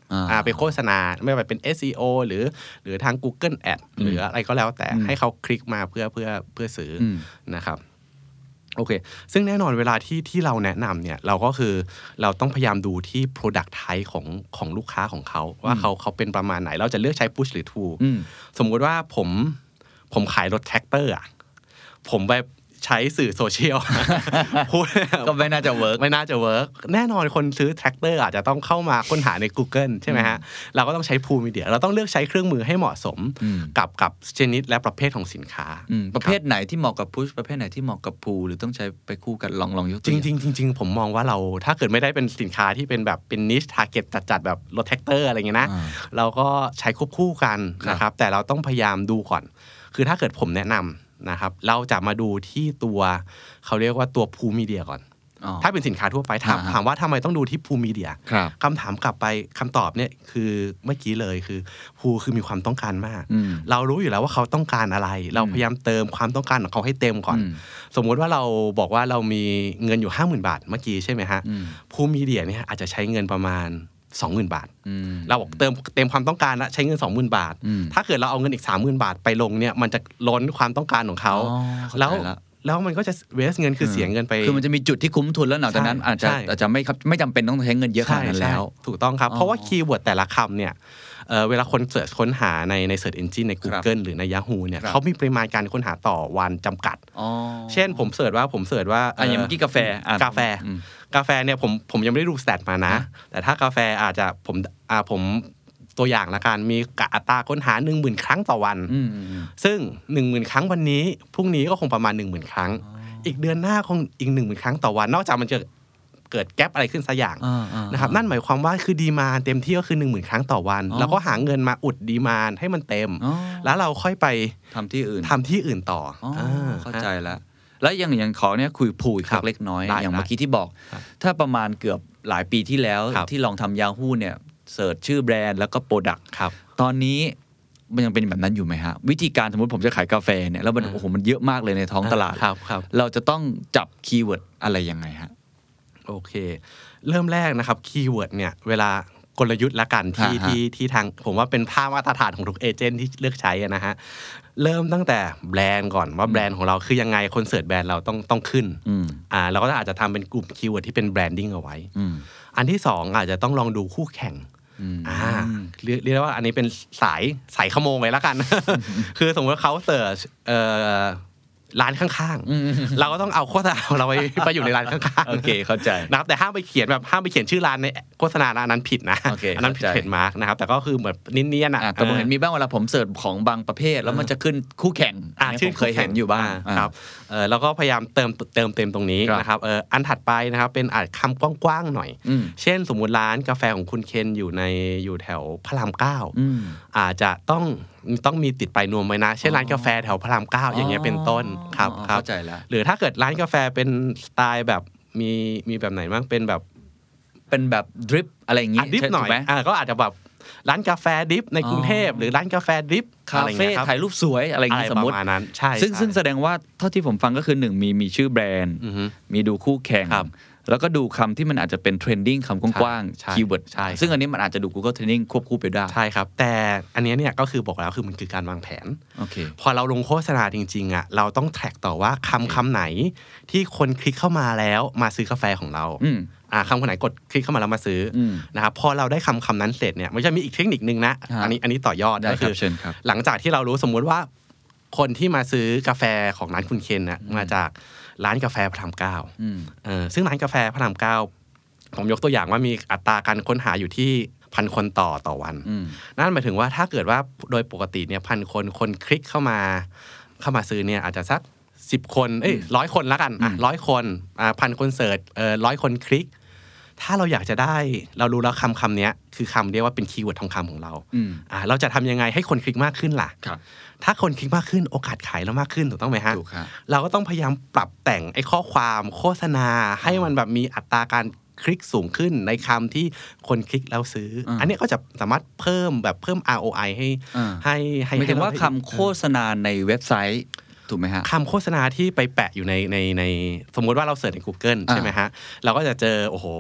อ่าไปโฆษณาไม่ว่าเป็น เอส อี โอ หรือหรือทาง Google Ads หรืออะไรก็แล้วแต่ให้เขาคลิกมาเพื่อเพื่อเพื่อซื้อนะครับโอเคซึ่งแน่นอนเวลาที่ที่เราแนะนำเนี่ยเราก็คือเราต้องพยายามดูที่ product type ของของลูกค้าของเขาว่าเขาเขาเป็นประมาณไหนเราจะเลือกใช้ push หรือ pull สมมุติว่าผมผมขายรถแท็กเตอร์อ่ะผมแบบใช้สื่อโซเชียลพูดก็ไม่น่าจะเวิร์กไม่น่าจะเวิร์กแน่นอนคนซื้อแท็กเตอร์อาจจะต้องเข้ามาค้นหาใน Google ใช่ไหมฮะเราก็ต้องใช้ pull media เราต้องเลือกใช้เครื่องมือให้เหมาะสมกับกับชนิดและประเภทของสินค้าประเภทไหนที่เหมาะกับ push ประเภทไหนที่เหมาะกับ pull หรือต้องใช้ไปคู่กันลองลองยกตัวอย่างจริงๆจริงๆผมมองว่าเราถ้าเกิดไม่ได้เป็นสินค้าที่เป็นแบบเป็น niche target จัดๆแบบรถแท็กเตอร์อะไรเงี้ยนะเราก็ใช้ควบคู่กันนะครับแต่เราต้องพยายามดูก่อนคือถ้าเกิดผมแนะนำนะครับเราจะมาดูที่ตัวเขาเรียกว่าตัว pull media ก่อนถ้าเป็นสินค้าทั่วไปถามถามว่าทำไมต้องดูที่ pull media คำถามกลับไปคำตอบเนี่ยคือเมื่อกี้เลยคือ pull คือมีความต้องการมากเรารู้อยู่แล้วว่าเขาต้องการอะไรเราพยายามเติมความต้องการของเขาให้เต็มก่อนสมมุติว่าเราบอกว่าเรามีเงินอยู่ ห้าหมื่น บาทเมื่อกี้ใช่ไหมฮะ pull media เนี่ยอาจจะใช้เงินประมาณสองหมื่น บาทเราบอกเติมเต็มความต้องการแล้วใช้เงิน สองหมื่น บาทถ้าเกิดเราเอาเงินอีก สามหมื่น บาทไปลงเนี่ยมันจะล้นความต้องการของเขาแล้วแล้วมันก็จะเวสเงินคือเสียเงินไปคือมันจะมีจุดที่คุ้มทุนแล้วหลังจากนั้นอาจจะอาจจะไม่ไม่จำเป็นต้องใช้เงินเยอะขนาดนั้นแล้วถูกต้องครับเพราะว่าคีย์เวิร์ดแต่ละคำเนี่ยเ, เวลาคนเสิร์ชค้นหาในใน Search Engine ใน Google หรือใน Yahoo เนี่ยเขามีปริมาณการค้นหาต่อวันจำกัดเช่นผมเสิร์ชว่าผมเสิร์ชว่าอ่ะอย่างเมื่อกี้กาแฟกาแฟกาแฟเนี่ยผมผมยังไม่ได้ดูสแตทมานะแต่ถ้ากาแฟอาจจะผมอ่าผมตัวอย่างละกันมีอัตราค้นหา หนึ่งหมื่น ครั้งต่อวันซึ่ง หนึ่งหมื่น ครั้งวันนี้พรุ่งนี้ก็คงประมาณ หนึ่งหมื่น ครั้งอีกเดือนหน้าคงอีก หนึ่งหมื่น ครั้งต่อวันนอกจากมันจะเกิดแก๊ปอะไรขึ้นสักอย่างนะครับนั่นหมายความว่าคือดีมานด์เต็มที่ก็คือ หนึ่งหมื่น ครั้งต่อวันแล้วก็หาเงินมาอุดดีมานด์ให้มันเต็มแล้วเราค่อยไปทำที่อื่นทำที่อื่นต่อเข้าใจแล้วแล้วอย่างอย่างขอเนี่ยคุยพูดเล็กน้อยอย่างเมื่อกี้ที่บอกถ้าประมาณเกือบหลายปีที่แล้วที่ลองทำ Yahoo เนี่ยเสิร์ชชื่อแบรนด์แล้วก็โปรดักต์ตอนนี้มันยังเป็นแบบนั้นอยู่ไหมฮะวิธีการสมมติผมจะขายกาแฟเนี่ยแล้วมันโอ้โหมันเยอะมากเลยในท้องตลาดเราจะต้องจับคีย์เวิร์ดอะไรยังไงฮะโอเคเริ่มแรกนะครับคีย์เวิร์ดเนี่ยเวลากลยุทธ์ละกันที่ที่ที่ทางผมว่าเป็นท่ามาตรฐานของทุกเอเจนต์ที่เลือกใช้นะฮะเริ่มตั้งแต่แบรนด์ก่อนว่าแบรนด์ของเราคือยังไงคนเสิร์ชแบรนด์เราต้องต้องขึ้นอ่าเราก็อาจจะทำเป็นกลุ่มคีย์เวิร์ดที่เป็นแบรนดิ้งเอาไว้อันที่สองอาจจะต้องลองดูคู่แข่งอ่าเรียกเรียกว่าอันนี้เป็นสายสายขโมงไว้แล้วกัน คือสมมติว่าเขาเสิร์ชเอ่อร้านข้างๆเราก็ต้องเอาโฆษณาเราไปไปอยู่ในร้านข้างๆโอเคเข้าใจนะครับแต่ห้ามไปเขียนแบบห้ามไปเขียนชื่อร้านในโฆษณาร้านนั้นผิดนะอันนั้นผิดเทรดมาร์กนะครับแต่ก็คือเหมือนเนียนๆอ่ะแต่ผมเห็นมีบ้างเวลาผมเสิร์ชของบางประเภทแล้วมันจะขึ้นคู่แข่งชื่อเคยเห็นอยู่บ้างครับเออแล้วก็พยายามเติมเติมเต็มตรงนี้นะครับเอออันถัดไปนะครับเป็นอาจคำกว้างๆหน่อยเช่นสมมุติร้านกาแฟของคุณเคนอยู่ในอยู่แถวพระรามเก้าอาจจะต้องต้องมีติดไปนวมไว้นะเช่นร้านกาแฟแถวพระรามเก้าอย่างเงี้ยเป็นต้นครับครับเข้าใจแล้วหรือถ้าเกิดร้านกาแฟเป็นสไตล์แบบมีมีแบบไหนบ้างเป็นแบบเป็นแบบดริปอะไรอย่างงี้ดริปหน่อยอ่าก็อาจจะแบบร้านกาแฟดริปในกรุงเทพหรือร้านกาแฟดริปคาเฟ่ถ่ายรูปสวยอะไรอย่างงี้สมมติประมาณนั้นใช่ซึ่งซึ่งแสดงว่าเท่าที่ผมฟังก็คือหนึ่งมีมีชื่อแบรนด์มีดูคู่แข่งแล้วก็ดูคำที่มันอาจจะเป็นเทรนดิ้งคำกว้างๆคีย์เวิร์ดซึ่งอันนี้มันอาจจะดู Google Trending ควบคู่ไปได้ใช่ครับแต่อันนี้เนี่ยก็คือบอกแล้วคือมันคือการวางแผนโอเคพอเราลงโฆษณาจริงๆอ่ะเราต้องแทร็กต่อว่าคำคำไหนที่คนคลิกเข้ามาแล้วมาซื้อกาแฟของเราอ่าคำคนไหนกดคลิกเข้ามาแล้วมาซื้อนะครับพอเราได้คำคำนั้นเสร็จเนี่ยมันจะมีอีกเทคนิคนึงนะอันนี้อันนี้ต่อยอดก็คือหลังจากที่เรารู้สมมุติว่าคนที่มาซื้อกาแฟของร้านคุณเคนน่ะมาจากร้านกาแฟพระรามเก้าเออซึ่งร้านกาแฟพระรามเก้าผมยกตัวอย่างว่ามีอัตราการค้นหาอยู่ที่พันคนต่อต่อวันนั่นหมายถึงว่าถ้าเกิดว่าโดยปกติเนี่ยพันคนคนคลิกเข้ามาเข้ามาซื้อเนี่ยอาจจะสักสิบคนเอ้ยร้อยคนละกันอ่ะร้อยคนอ่าพันคนเสิร์ชเอ่อร้อยคนคลิกถ้าเราอยากจะได้เรารู้แล้วคำคำนี้คือคำเรียกว่าเป็นคีย์เวิร์ดทองคำของเราอ่าเราจะทำยังไงให้คนคลิกมากขึ้นล่ะถ้าคนคลิกมากขึ้นโอกาสขายเรามากขึ้นถูกต้องไหมฮะถูกครับเราก็ต้องพยายามปรับแต่งไอ้ข้อความโฆษณาให้มันแบบมีอัตราการคลิกสูงขึ้นในคำที่คนคลิกแล้วซื้ออันนี้ก็จะสามารถเพิ่มแบบเพิ่ม อาร์ โอ ไอ ให้ให้ให้หมายถึงว่าคำโฆษณาในเว็บไซต์ถูกไหมฮะคำโฆษณาที่ไปแปะอยู่ในในในสมมุติว่าเราเสิร์ชใน Google ใช่ไหมฮะเราก็จะเจอโอ้โหแบบ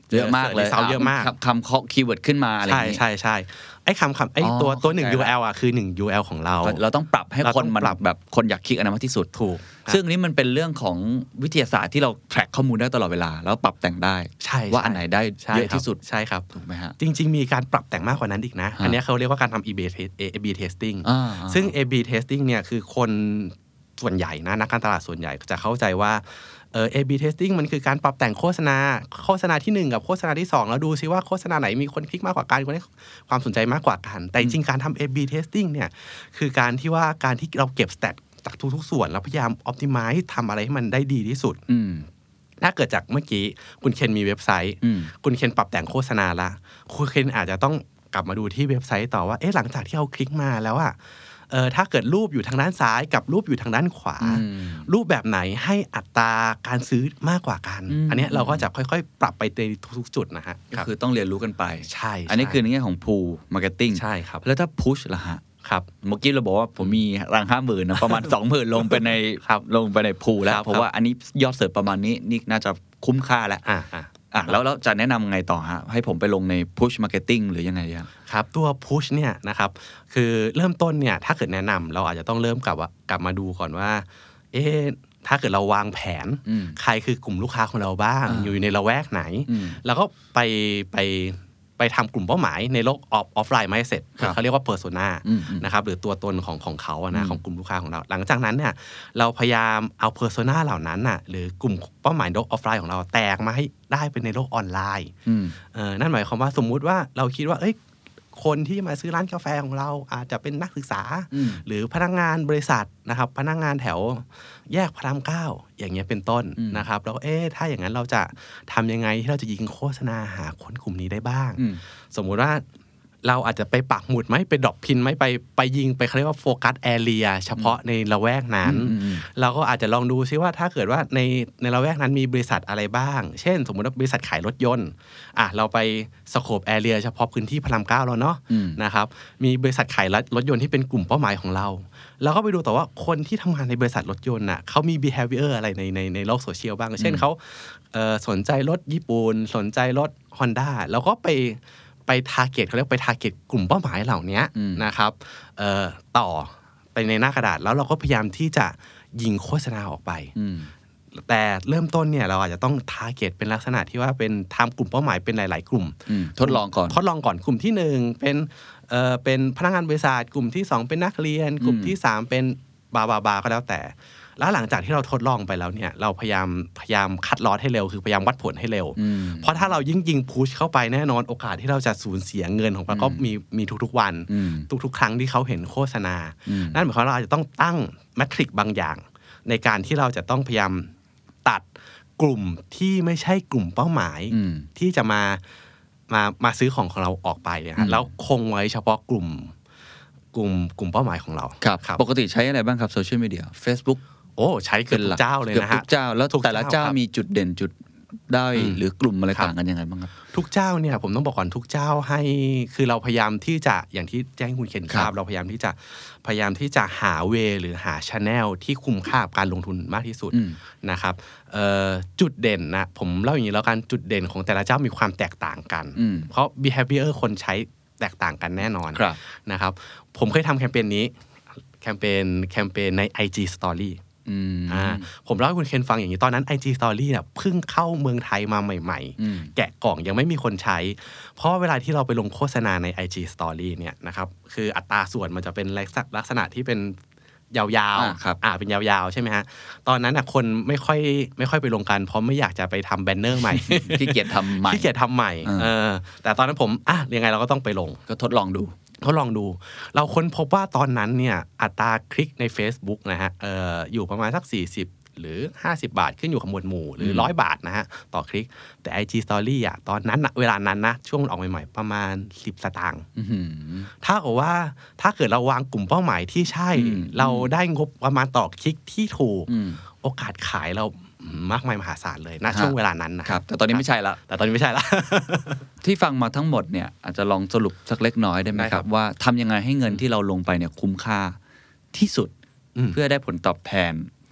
เยอะมากเลยเซาเยอะมากคำเคาะคีย์เวิร์ดขึ้นมาอะไรอย่างนี้ใช่ใช่ไอ้คำคำไอ้ตัวตัวหนึ่ง ยู แอล อ่ะคือหนึ่ง ยู แอล ของเราเราต้องปรับให้คนมันแบบคนอยากคลิกอันนั้นมากที่สุดถูกซึ่งนี้มันเป็นเรื่องของวิทยาศาสตร์ที่เราแทร็กข้อมูลได้ตลอดเวลาแล้วปรับแต่งได้ว่าอันไหนได้เยอะที่สุดใช่ครับถูกไหมฮะจริงๆมีการปรับแต่งมากกว่านั้นอีกนะอันนี้เขาเรียกว่าการทำ เอ บี testing ซึ่ง เอ บี testing เนี่ยคือคนส่วนใหญ่นะนักการตลาดส่วนใหญ่จะเข้าใจว่าเอ่อ เอ บี testing มันคือการปรับแต่งโฆษณาโฆษณาที่หนึ่งกับโฆษณาที่สองแล้วดูซิว่าโฆษณาไหนมีคนคลิกมากกว่ากันคนได้ความสนใจมากกว่ากันแต่จริงๆการทำ เอ บี testing เนี่ยคือการที่ว่าการที่เราเก็บ stat จากทุกๆส่วนแล้วพยายาม optimize ทำอะไรให้มันได้ดีที่สุดถ้าเกิดจากเมื่อกี้คุณเคนมีเว็บไซต์คุณเคนปรับแต่งโฆษณาละคุณเคนอาจจะต้องกลับมาดูที่เว็บไซต์ต่อว่าเอ๊ะหลังจากที่เราคลิกมาแล้วอะเออถ้าเกิดรูปอยู่ทางด้านซ้ายกับรูปอยู่ทางด้านขวารูปแบบไหนให้อัตราการซื้อมากกว่ากันอันนี้เราก็จะค่อยๆปรับไปในทุกๆจุดนะฮะก็คือต้องเรียนรู้กันไปใช่อันนี้คือในแง่ของ pull marketing ใช่ครับแล้วถ้า push ล่ะฮะครับเมื่อกี้เราบอกว่าผมมีรังห้าหมื่นนะประมาณสองหมื่นลงไปในลงไปใน pull แล้วเพราะว่าอันนี้ยอดเสิร์ชประมาณนี้นี่น่าจะคุ้มค่าแล้วอ่าอ่ะแล้วแล้วจะแนะนำไงต่อฮะให้ผมไปลงใน push marketing หรือยังไงครับครับตัว push เนี่ยนะครับคือเริ่มต้นเนี่ยถ้าเกิดแนะนำเราอาจจะต้องเริ่มกลับว่ากลับมาดูก่อนว่าเอ๊ะถ้าเกิดเราวางแผนใครคือกลุ่มลูกค้าของเราบ้างอยู่ในละแวกไหนแล้วก็ไปไปไปทำกลุ่มเป้าหมายในโลกออฟไลน์ไม่เสร็จเขาเรียกว่า persona นะครับหรือตัวตนของของเขาอะนะของกลุ่มลูกค้าของเราหลังจากนั้นเนี่ยเราพยายามเอา persona เหล่านั้นน่ะหรือกลุ่มเป้าหมายโลกออฟไลน์ของเราแตกมาให้ได้เป็นในโลกออนไลน์นั่นหมายความว่าสมมุติว่าเราคิดว่าเอ้ยคนที่มาซื้อร้านกาแฟของเราอาจจะเป็นนักศึกษาหรือพนักงานบริษัทนะครับพนักงานแถวแยกพระรามเก้าอย่างเงี้ยเป็นต้นนะครับแล้วเอ๊ะถ้าอย่างนั้นเราจะทำยังไงที่เราจะยิงโฆษณาหาคนกลุ่มนี้ได้บ้างสมมุติว่าเราอาจจะไปปักหมุดไหมไปดรอปพินไหมไปไปยิงไปเขาเรียกว่าโฟกัสแอเรียเฉพาะในละแวกนั้นเราก็อาจจะลองดูซิว่าถ้าเกิดว่าในในละแวกนั้นมีบริษัทอะไรบ้างเช่นสมมุติว่าบริษัทขายรถยนต์อ่ะเราไปสโคปแอเรียเฉพาะพื้นที่พระรามเก้าแล้วเนาะนะครับมีบริษัทขายรถยนต์ที่เป็นกลุ่มเป้าหมายของเราเราก็ไปดูต่อว่าคนที่ทำงานในบริษัทรถยนต์น่ะเขามี behavior อะไรในในในโลกโซเชียลบ้างเช่นเขาเอ่อสนใจรถญี่ปุ่นสนใจรถ Honda เราก็ไปไปทาร์เก็ตเขาเรียกไปทาร์เก็ตกลุ่มเป้าหมายเหล่านี้นะครับเอ่อต่อไปในหน้ากระดาษแล้วเราก็พยายามที่จะยิงโฆษณาออกไปแต่เริ่มต้นเนี่ยเราอาจจะต้องทาร์เก็ตเป็นลักษณะที่ว่าเป็นทำกลุ่มเป้าหมายเป็นหลายๆกลุ่มทดลองก่อนทดลองก่อนกลุ่มที่หนึ่งเป็นเอ่อเป็นพนักงานบริษัทกลุ่มที่สองเป็นนักเรียนกลุ่มที่สามเป็นบาบาบาก็แล้วแต่แล้วหลังจากที่เราทดลองไปแล้วเนี่ยเราพยายามพยายามคัดลอตให้เร็วคือพยายามวัดผลให้เร็วเพราะถ้าเรายิ่งยิงพุชเข้าไปแน่นอนโอกาสที่เราจะสูญเสียเงินของเราก็มีมีทุกๆวันทุกๆครั้งที่เขาเห็นโฆษณานั่นหมายความว่าเราอาจจะต้องตั้งแมทริกบางอย่างในการที่เราจะต้องพยายามตัดกลุ่มที่ไม่ใช่กลุ่มเป้าหมายที่จะมามามาซื้อของของเราออกไปนะแล้วคงไว้เฉพาะกลุ่มกลุ่มกลุ่มเป้าหมายของเราครับปกติใช้อะไรบ้างครับโซเชียลมีเดีย Facebook โอ้ใช้เกือบทุกเจ้าเลยนะฮะทุกเจ้าแล้วแต่ละเจ้ามีจุดเด่นจุดได้หรือกลุ่มอะไรต่างกันยังไงบ้างครับทุกเจ้าเนี่ยผมต้องบอกก่อนทุกเจ้าให้คือเราพยายามที่จะอย่างที่แจ้งคุณเคนทราบเราพยายามที่จะพยายามที่จะหาเวหรือหาชาแนลที่คุ้มค่ากับการลงทุนมากที่สุดนะครับจุดเด่นนะผมเล่าอย่างนี้แล้วกันจุดเด่นของแต่ละเจ้ามีความแตกต่างกันเพราะ behavior คนใช้แตกต่างกันแน่นอนนะครับผมเคยทำแคมเปญนี้แคมเปญแคมเปญใน ไอ จี Storyอ่าผมเล่าให้คุณเคนฟังอย่างนี้ตอนนั้น ไอ จี Story เนี่ยเพิ่งเข้าเมืองไทยมาใหม่ๆแกะกล่องยังไม่มีคนใช้เพราะเวลาที่เราไปลงโฆษณาใน ไอ จี Story เนี่ยนะครับคืออัตราส่วนมันจะเป็นลักษณะที่เป็นยาวๆอ่าเป็นยาวๆใช่ไหมฮะตอนนั้นอ่ะคนไม่ค่อยไม่ค่อยไปลงกันเพราะไม่อยากจะไปทำแบนเนอร์ใหม่ขี้เกียจทำใหม่ขี้เกียจทำใหม่เออแต่ตอนนั้นผมอ่ะยังไงเราก็ต้องไปลงก็ทดลองดูทดลองดูเราค้นพบว่าตอนนั้นเนี่ยอัตราคลิกใน Facebook นะฮะเอ่ออยู่ประมาณสักสี่สิบหรือห้าสิบบาทขึ้นอยู่กับหมวดหมู่หรือหนึ่งร้อยบาทนะฮะต่อคลิกแต่ ไอ จี Story อ่ะตอนนั้นนะเวลานั้นนะช่วงออกใหม่ๆประมาณสิบสตางค์ถ้าเกิดว่าถ้าเกิดเราวางกลุ่มเป้าหมายที่ใช่เราได้งบประมาณต่อคลิกที่ถูกโอกาสขายเรามากมายมหาศาลเลยณช่วงเวลานั้นนะครับแต่ตอนนี้ไม่ใช่ละแต่ตอนนี้ไม่ใช่ละที่ฟังมาทั้งหมดเนี่ยอาจจะลองสรุปสักเล็กน้อยได้ไหมครับว่าทำยังไงให้เงินที่เราลงไปเนี่ยคุ้มค่าที่สุดเพื่อได้ผลตอบแทน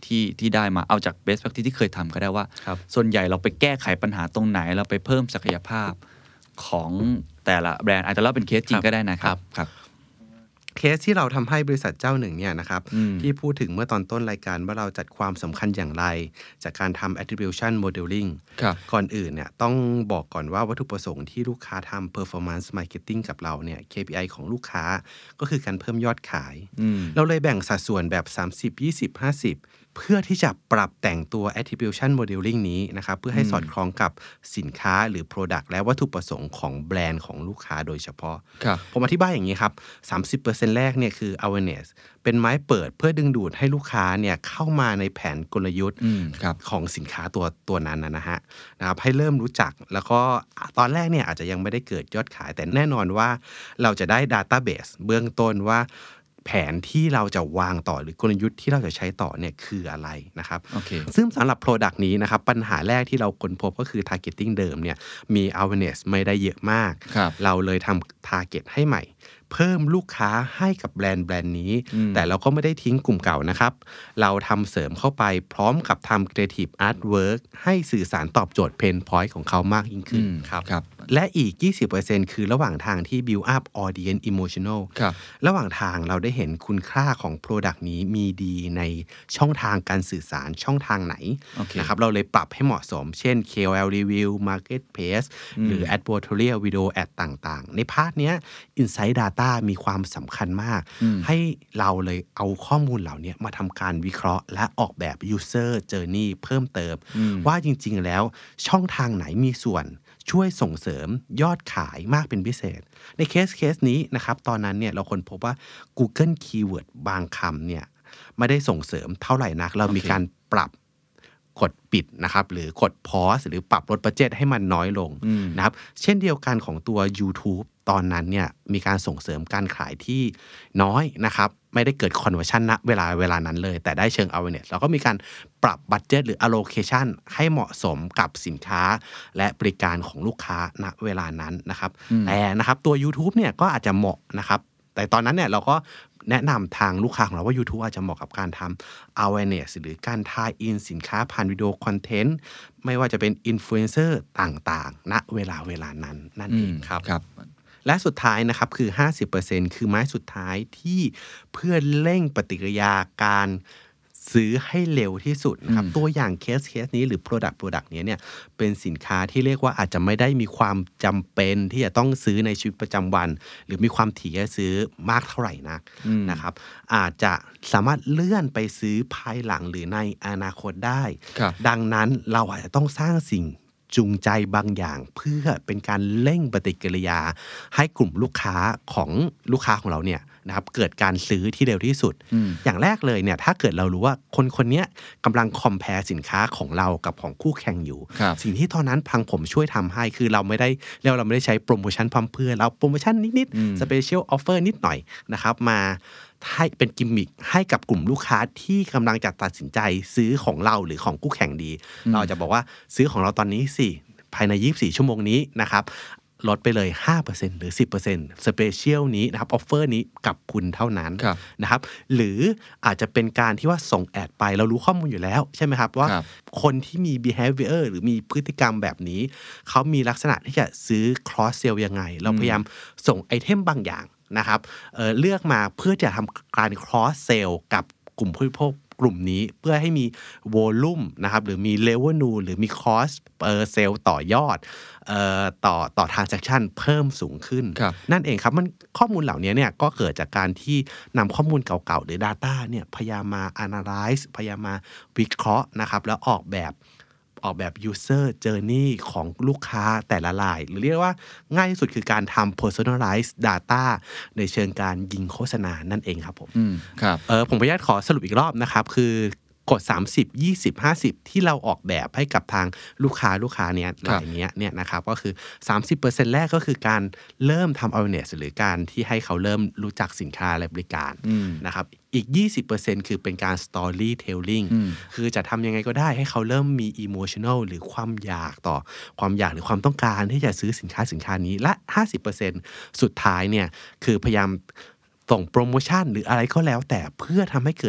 ที่ที่ได้มาเอาจาก best practice ที่เคยทำก็ได้ว่าส่วนใหญ่เราไปแก้ไขปัญหาตรงไหนเราไปเพิ่มศักยภาพของแต่ละแบรนด์อาจจะเล่าเป็นเคสจริงก็ได้นะครับครับเคสที่เราทำให้บริษัทเจ้าหนึ่งเนี่ยนะครับที่พูดถึงเมื่อตอนต้นรายการว่าเราจัดความสำคัญอย่างไรจากการทำ attribution modeling ก่อนอื่นเนี่ยต้องบอกก่อนว่าวัตถุประสงค์ที่ลูกค้าทำ performance marketing กับเราเนี่ย เค พี ไอ ของลูกค้าก็คือการเพิ่มยอดขายเราเลยแบ่งสัดส่วนแบบสามสิบ ยี่สิบ ห้าสิบเพื่อที่จะปรับแต่งตัว attribution modeling นี้นะครับเพื่อให้สอดคล้องกับสินค้าหรือ product และวัตถุประสงค์ของแบรนด์ของลูกค้าโดยเฉพาะผมอธิบายอย่างนี้ครับ สามสิบเปอร์เซ็นต์ แรกเนี่ยคือ awareness เป็นไม้เปิดเพื่อดึงดูดให้ลูกค้าเนี่ยเข้ามาในแผนกลยุทธ์ของสินค้าตัวตัวนั้นนะฮะนะครับให้เริ่มรู้จักแล้วก็ตอนแรกเนี่ยอาจจะยังไม่ได้เกิดยอดขายแต่แน่นอนว่าเราจะได้ database เบื้องต้นว่าแผนที่เราจะวางต่อหรือกลยุทธ์ที่เราจะใช้ต่อเนี่ยคืออะไรนะครับ okay. ซึ่งสำหรับ Product นี้นะครับปัญหาแรกที่เราค้นพบก็คือ Targeting เดิมเนี่ยมี Awareness ไม่ได้เยอะมากเราเลยทำ Target ให้ใหม่เพิ่มลูกค้าให้กับแบรนด์แบรนด์นี้แต่เราก็ไม่ได้ทิ้งกลุ่มเก่านะครับเราทำเสริมเข้าไปพร้อมกับทำ Creative Artwork ให้สื่อสารตอบโจทย์ Pain Point ของเขามากยิ่งขึ้นครับและอีก ยี่สิบเปอร์เซ็นต์ คือระหว่างทางที่ build up audience emotional ระหว่างทางเราได้เห็นคุณค่าของ Product นี้มีดีในช่องทางการสื่อสารช่องทางไหน okay. นะครับเราเลยปรับให้เหมาะสมเช่น เค โอ แอล Review Marketplace หรือ Advertorial Video Ad ต่างๆในพาร์ทเนี้ย Insight Data มีความสำคัญมากให้เราเลยเอาข้อมูลเหล่านี้มาทำการวิเคราะห์และออกแบบ User Journey เพิ่มเติมว่าจริงๆแล้วช่องทางไหนมีส่วนช่วยส่งเสริมยอดขายมากเป็นพิเศษในเคสเคสนี้นะครับตอนนั้นเนี่ยเราค้นพบว่า Google Keyword บางคำเนี่ยไม่ได้ส่งเสริมเท่าไหร่นักเรามีการปรับกดปิดนะครับหรือกด pause หรือปรับลดบัดเจ็ตให้มันน้อยลงนะครับเช่นเดียวกันของตัว YouTube ตอนนั้นเนี่ยมีการส่งเสริมการขายที่น้อยนะครับไม่ได้เกิด conversion ณเวลาเวลานั้นเลยแต่ได้เชิง awareness แล้วก็มีการปรับบัดเจ็ตหรือ allocation ให้เหมาะสมกับสินค้าและบริการของลูกค้าณเวลานั้นนะครับแต่นะครับตัว YouTube เนี่ยก็อาจจะเหมาะนะครับแต่ตอนนั้นเนี่ยเราก็แนะนำทางลูกค้าของเราว่า YouTube อาจจะเหมาะกับการทำ awareness หรือการทายอินสินค้าผ่านวิดีโอคอนเทนต์ไม่ว่าจะเป็นอินฟลูเอนเซอร์ต่างๆณเวลาเวลานั้นนั่นเองครับและสุดท้ายนะครับคือ ห้าสิบเปอร์เซ็นต์ คือไม้สุดท้ายที่เพื่อเร่งปฏิกิริยาการซื้อให้เร็วที่สุดนะครับตัวอย่างเคสเคสนี้หรือ Product Product นี้เนี่ยเป็นสินค้าที่เรียกว่าอาจจะไม่ได้มีความจำเป็นที่จะต้องซื้อในชีวิตประจำวันหรือมีความถี่จะซื้อมากเท่าไหร่นักนะครับอาจจะสามารถเลื่อนไปซื้อภายหลังหรือในอนาคตได้ดังนั้นเราอาจจะต้องสร้างสิ่งจูงใจบางอย่างเพื่อเป็นการเร่งปฏิกิริยาให้กลุ่มลูกค้าของลูกค้าของเราเนี่ยนะครับเกิดการซื้อที่เร็วที่สุด อ, อย่างแรกเลยเนี่ยถ้าเกิดเรารู้ว่าคนคนนี้กำลังคอมแพร์สินค้าของเรากับของคู่แข่งอยู่สิ่งที่ตอนนั้นพังผมช่วยทำให้คือเราไม่ได้เราเราไม่ได้ใช้โปรโมชั่นพัมเพื่อเราโปรโมชั่นนิดๆสเปเชียลออฟเฟอร์นิดหน่อยนะครับมาให้เป็นกิมมิคให้กับกลุ่มลูกค้าที่กำลังจะตัดสินใจซื้อของเราหรือของคู่แข่งดีเราจะบอกว่าซื้อของเราตอนนี้สิภายในยี่สิบสี่ชั่วโมงนี้นะครับลดไปเลย ห้าเปอร์เซ็นต์ หรือ สิบเปอร์เซ็นต์ สเปเชียลนี้นะครับออฟเฟอร์นี้กับคุณเท่านั้นนะครับหรืออาจจะเป็นการที่ว่าส่งแอดไปเรารู้ข้อมูลอยู่แล้วใช่ไหมครับว่าคนที่มี behavior หรือมีพฤติกรรมแบบนี้เขามีลักษณะที่จะซื้อ cross sell ยังไงเราพยายามส่งไอเทมบางอย่างนะครับ เอ่อ เลือกมาเพื่อจะทำการ cross sell กับกลุ่มผู้บริโภคกลุ่มนี้เพื่อให้มี volume นะครับหรือมี revenue หรือมี cost per sale ต่อยอดเอ่อต่อต่อ transaction เพิ่มสูงขึ้นนั่นเองครับมันข้อมูลเหล่านี้เนี่ยก็เกิดจากการที่นำข้อมูลเก่าๆหรือ data เนี่ยพยายามมา analyze พยายามมาวิเคราะห์นะครับแล้วออกแบบออกแบบ user journey ของลูกค้าแต่ละรายหรือเรียกว่าง่ายที่สุดคือการทำ personalized data ในเชิงการยิงโฆษณานั่นเองครับผมครับเออผมขออนุญาตขอสรุปอีกรอบนะครับคือกฎสามสิบ ยี่สิบ ห้าสิบที่เราออกแบบให้กับทางลูกค้าลูกค้าเนี้ยรายเนี้ยเนี่ยนะครับก็คือ สามสิบเปอร์เซ็นต์ แรกก็คือการเริ่มทำ awareness หรือการที่ให้เขาเริ่มรู้จักสินค้าและบริการนะครับอีก ยี่สิบเปอร์เซ็นต์ คือเป็นการ storytelling คือจะทำยังไงก็ได้ให้เขาเริ่มมี emotional หรือความอยากต่อความอยากหรือความต้องการที่จะซื้อสินค้าสินค้านี้และ ห้าสิบเปอร์เซ็นต์ สุดท้ายเนี่ยคือพยายามส่งโปรโมชั่นหรืออะไรก็แล้วแต่เพื่อทำให้เกิด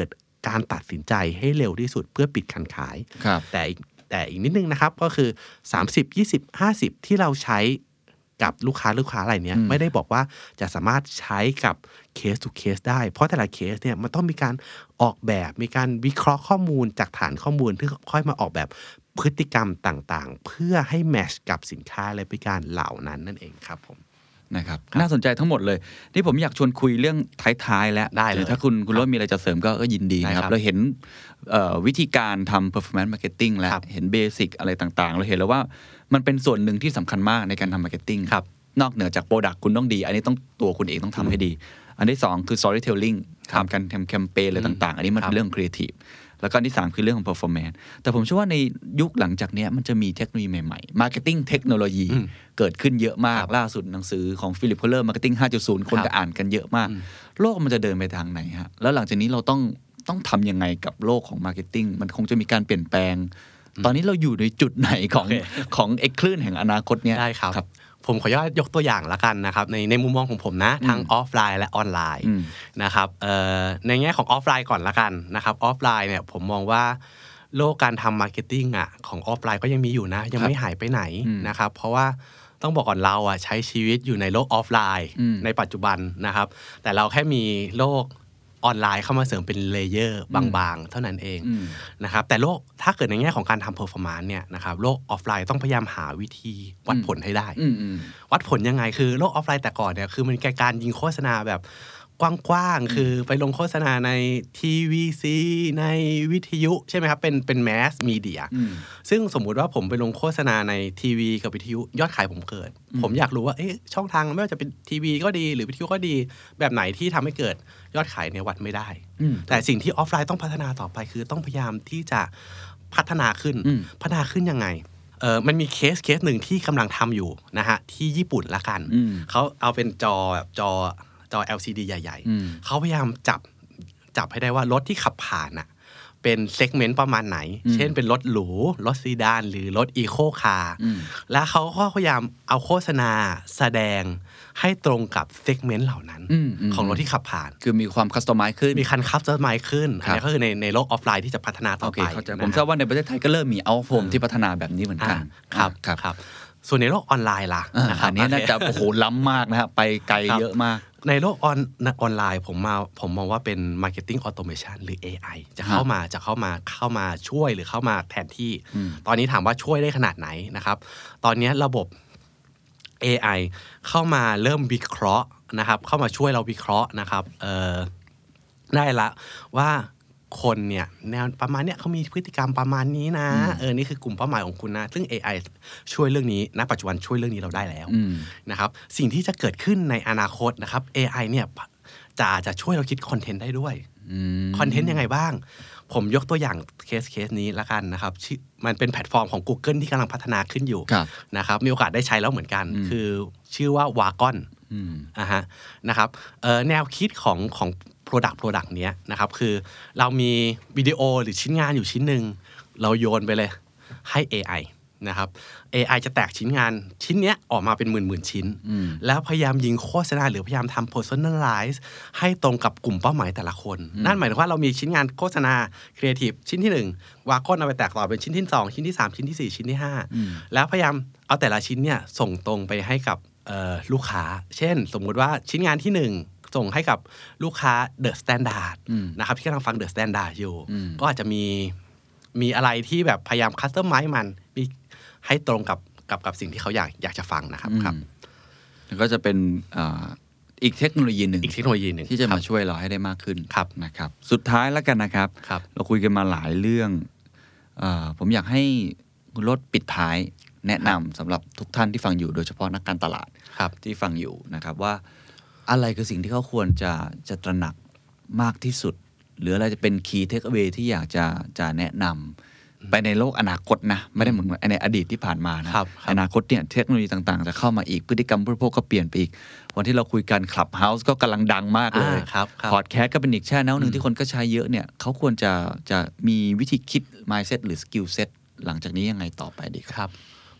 การตัดสินใจให้เร็วที่สุดเพื่อปิดการขายแต่แต่อีกนิดนึงนะครับก็คือสามสิบ ยี่สิบ ห้าสิบที่เราใช้กับลูกค้าลูกค้ารายนี้ไม่ได้บอกว่าจะสามารถใช้กับเคสทุกเคสได้เพราะแต่ละเคสเนี่ยมันต้องมีการออกแบบมีการวิเคราะห์ข้อมูลจากฐานข้อมูลที่ค่อยมาออกแบบพฤติกรรมต่างๆเพื่อให้แมทช์กับสินค้าและบริการเหล่านั้นนั่นเองครับผมนะครับน่าสนใจทั้งหมดเลยนี่ผมอยากชวนคุยเรื่องท้ายๆแล้วได้เลยถ้าคุณคุณรถมีอะไรจะเสริมก็ก็ยินดีนะครับเราเห็นวิธีการทำ performance marketing แล้วเห็นเบสิกอะไรต่างๆเราเห็นแล้วว่ามันเป็นส่วนหนึ่งที่สำคัญมากในการทำ marketing นอกเหนือจาก product คุณต้องดีอันนี้ต้องตัวคุณเองต้องทำให้ดีอันที่สองคือ storytelling ทำการทำแคมเปญอะไรต่างๆอันนี้มันเป็นเรื่อง creative แล้วก็อันที่สามคือเรื่องของ performance แต่ผมเชื่อว่าในยุคหลังจากนี้มันจะมีเทคโนโลยีใหม่ๆ marketing เทคโนโลยีเกิดขึ้นเยอะมากล่าสุดหนังสือของ Philip Kotler marketing ห้าจุดศูนย์ คนก็อ่านกันเยอะมากโลกมันจะเดินไปทางไหนฮะแล้วหลังจากนี้เราต้องต้องทำยังไงกับโลกของ marketing มันคงจะมีการเปลี่ยนแปลงตอนนี้เราอยู่ในจุดไหนของของไอ้คลื่นแห่งอนาคตเนี้ยได้ครับผมขออนุญาตยกตัวอย่างละกันนะครับในในมุมมองของผมนะทั้งออฟไลน์และออนไลน์นะครับในแง่ของออฟไลน์ก่อนละกันนะครับออฟไลน์เนี่ยผมมองว่าโลกการทำมาร์เก็ตติ้งอ่ะของออฟไลน์ก็ยังมีอยู่นะยังไม่หายไปไหนนะครับเพราะว่าต้องบอกก่อนเราอ่ะใช้ชีวิตอยู่ในโลกออฟไลน์ในปัจจุบันนะครับแต่เราแค่มีโลกออนไลน์เข้ามาเสริมเป็นเลเยอร์บางๆเท่านั้นเองนะครับแต่โลกถ้าเกิดในแง่ของการทำเพอร์ฟอร์แมนซ์เนี่ยนะครับโลกออฟไลน์ต้องพยายามหาวิธีวัดผลให้ได้วัดผลยังไงคือโลกออฟไลน์แต่ก่อนเนี่ยคือมันการยิงโฆษณาแบบกว้างๆคือไปลงโฆษณาในทีวีซีในวิทยุใช่ไหมครับเป็นเป็นแมสมีเดียซึ่งสมมุติว่าผมไปลงโฆษณาในทีวีกับวิทยุยอดขายผมเกิดผมอยากรู้ว่าเอ๊ะช่องทางไม่ว่าจะเป็นทีวีก็ดีหรือวิทยุก็ดีแบบไหนที่ทำให้เกิดยอดขายเนี่ยวัดไม่ได้แต่สิ่งที่ออฟไลน์ต้องพัฒนาต่อไปคือต้องพยายามที่จะพัฒนาขึ้นพัฒนาขึ้นยังไงเออมันมีเคสเคสหนึ่งที่กำลังทำอยู่นะฮะที่ญี่ปุ่นละกันเขาเอาเป็นจอแบบจอจอ แอล ซี ดี ใหญ่ๆเขาพยายามจับจับให้ได้ว่ารถที่ขับผ่านน่ะเป็นเซกเมนต์ประมาณไหนเช่นเป็นรถหรูรถซีดานหรือรถอีโคคาร์แล้วเขาก็พยายามเอาโฆษณาแสดงให้ตรงกับเซกเมนต์เหล่านั้นของรถที่ขับผ่านคือมีความคัสตอมไมซ์ขึ้นมีคันคัสตอมไมซ์ขึ้นอันนี้ก็คือในในโลกออฟไลน์ที่จะพัฒนาต่อไปผมทราบว่าในประเทศไทยก็เริ่มมีเอาโฮมที่พัฒนาแบบนี้เหมือนกันครับครับส่วนในโลกออนไลน์ล่ะอันนี้น่าจะโอ้โหล้ำมากนะฮะไปไกลเยอะมากในโลกออนออนไลน์ผมมาผมมองว่าเป็น marketing automation หรือ เอ ไอ จะเข้ามาจะเข้ามาเข้ามาช่วยหรือเข้ามาแทนที่ตอนนี้ถามว่าช่วยได้ขนาดไหนนะครับตอนนี้ระบบ เอ ไอ เข้ามาเริ่มวิเคราะห์นะครับเข้ามาช่วยเราวิเคราะห์นะครับเอ่อได้ละว่าคนเนี่ยแนวประมาณเนี้ยเขามีพฤติกรรมประมาณนี้นะเออนี่คือกลุ่มเป้าหมายของคุณนะซึ่ง เอ ไอ ช่วยเรื่องนี้ณปัจจุบันช่วยเรื่องนี้เราได้แล้วนะครับสิ่งที่จะเกิดขึ้นในอนาคตนะครับ เอ ไอ เนี่ยจะจะช่วยเราคิดคอนเทนต์ได้ด้วยคอนเทนต์ยังไงบ้างผมยกตัวอย่างเคสเคสนี้ละกันนะครับมันเป็นแพลตฟอร์มของ Google ที่กำลังพัฒนาขึ้นอยู่นะครับมีโอกาสได้ใช้แล้วเหมือนกันคือชื่อว่าวากอนอ่าฮะนะครับแนวคิดของของProduct Product เนี้ยนะครับคือเรามีวิดีโอหรือชิ้นงานอยู่ชิ้นหนึ่งเราโยนไปเลยให้ เอ ไอ นะครับ เอ ไอ จะแตกชิ้นงานชิ้นเนี้ยออกมาเป็นหมื่นๆชิ้นแล้วพยายามยิงโฆษณาหรือพยายามทำ personalize ให้ตรงกับกลุ่มเป้าหมายแต่ละคนนั่นหมายถึงว่าเรามีชิ้นงานโฆษณา creative ชิ้นที่หนึ่งวากอนเอาไปแตกต่อเป็นชิ้นที่สองชิ้นที่สามชิ้นที่สี่ชิ้นที่ห้าแล้วพยายามเอาแต่ละชิ้นเนี่ยส่งตรงไปให้กับลูกค้าเช่นสมมุติว่าชิ้นงานที่หนึ่งส่งให้กับลูกค้า The Standard นะครับที่กำลังฟัง The Standard อยู่ก็อาจจะมีมีอะไรที่แบบพยายามคัสตอมไมซ์มันมีให้ตรงกับกับกับสิ่งที่เขาอยากอยากจะฟังนะครับครับก็จะเป็นอีกเทคโนโลยีหนึ่งอีกเทคโนโลยีหนึ่งที่จะมาช่วยเราให้ได้มากขึ้นนะครับสุดท้ายแล้วกันนะครับรบเราคุยกันมาหลายเรื่องผมอยากให้คุณรถปิดท้ายแนะนำสำหรับทุกท่านที่ฟังอยู่โดยเฉพาะนักการตลาดที่ฟังอยู่นะครับว่าอะไรคือสิ่งที่เขาควรจะจะตระหนักมากที่สุดหรืออะไรจะเป็น key takeaway ที่อยากจะจะแนะนำไปในโลกอนาคตนะไม่ได้เหมือนในอดีตที่ผ่านมานะอนาคตเนี่ยเทคโนโลยีต่างๆจะเข้ามาอีกพฤติกรรมผู้บริโภคก็เปลี่ยนไปอีกวันที่เราคุยกัน Clubhouse ก็กำลังดังมากเลยพอดแคสต์ก็เป็นอีกแชนแนลนึงที่คนก็ใช้เยอะเนี่ยเขาควรจะจะมีวิธีคิด mindset หรือ skill set หลังจากนี้ยังไงต่อไปดีครับ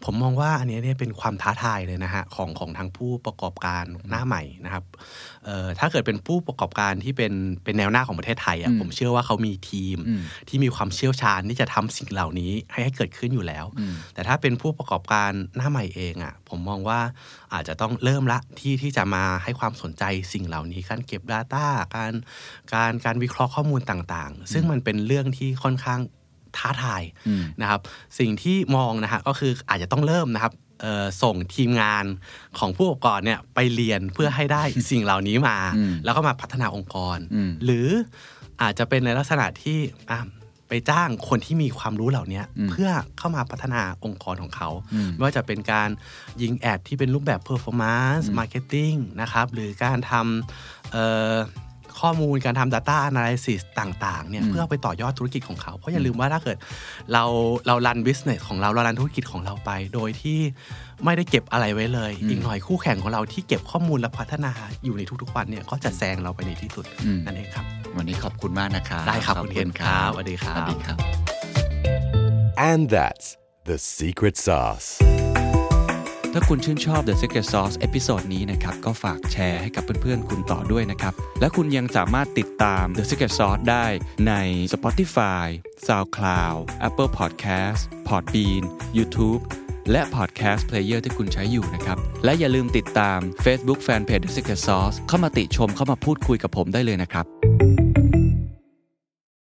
ผมมองว่าอันนี้เนี่ยเป็นความท้าทายเลยนะฮะของของทางผู้ประกอบการหน้าใหม่นะครับเอ่อถ้าเกิดเป็นผู้ประกอบการที่เป็นเป็นแนวหน้าของประเทศไทยอ่ะผมเชื่อว่าเขามีทีมที่มีความเชี่ยวชาญที่จะทำสิ่งเหล่านี้ให้ให้เกิดขึ้นอยู่แล้วแต่ถ้าเป็นผู้ประกอบการหน้าใหม่เองอ่ะผมมองว่าอาจจะต้องเริ่มละที่ที่จะมาให้ความสนใจสิ่งเหล่านี้การเก็บ data การการการวิเคราะห์ข้อมูลต่างๆซึ่งมันเป็นเรื่องที่ค่อนข้างท้าทายนะครับสิ่งที่มองนะฮะก็คืออาจจะต้องเริ่มนะครับส่งทีมงานของผู้ประกอบเนี่ยไปเรียนเพื่อให้ได้ สิ่งเหล่านี้มาแล้วก็มาพัฒนาองค์กรหรืออาจจะเป็นในลักษณะที่ไปจ้างคนที่มีความรู้เหล่านี้เพื่อเข้ามาพัฒนาองค์กรของเขาไม่ว่าจะเป็นการยิงแอดที่เป็นรูปแบบ performance marketing นะครับหรือการทำข้อมูลการทำ data analysis ต่างๆเนี่ยเพื่อไปต่อยอดธุรกิจของเขาเพราะอย่าลืมว่าถ้าเกิดเราเรารัน business ของเราเรารันธุรกิจของเราไปโดยที่ไม่ได้เก็บอะไรไว้เลยอีกหน่อยคู่แข่งของเราที่เก็บข้อมูลและพัฒนาอยู่ในทุกๆวันเนี่ยก็จะแซงเราไปในที่สุดนั่นเองครับวันนี้ขอบคุณมากนะครับได้ครับคุณเคนครับสวัสดีครับสวัสดีครับ And that's the secret sauce ถ้าคุณชื่นชอบ The Secret Sauce เอพิโซดนี้นะครับก็ฝากแชร์ให้กับเพื่อนๆคุณต่อด้วยนะครับและคุณยังสามารถติดตาม The Secret Sauce ได้ใน Spotify, SoundCloud, Apple Podcast, Podbean, YouTube และ Podcast Player ที่คุณใช้อยู่นะครับและอย่าลืมติดตาม Facebook Fanpage The Secret Sauce เข้ามาติชมเข้ามาพูดคุยกับผมได้เลยนะครับ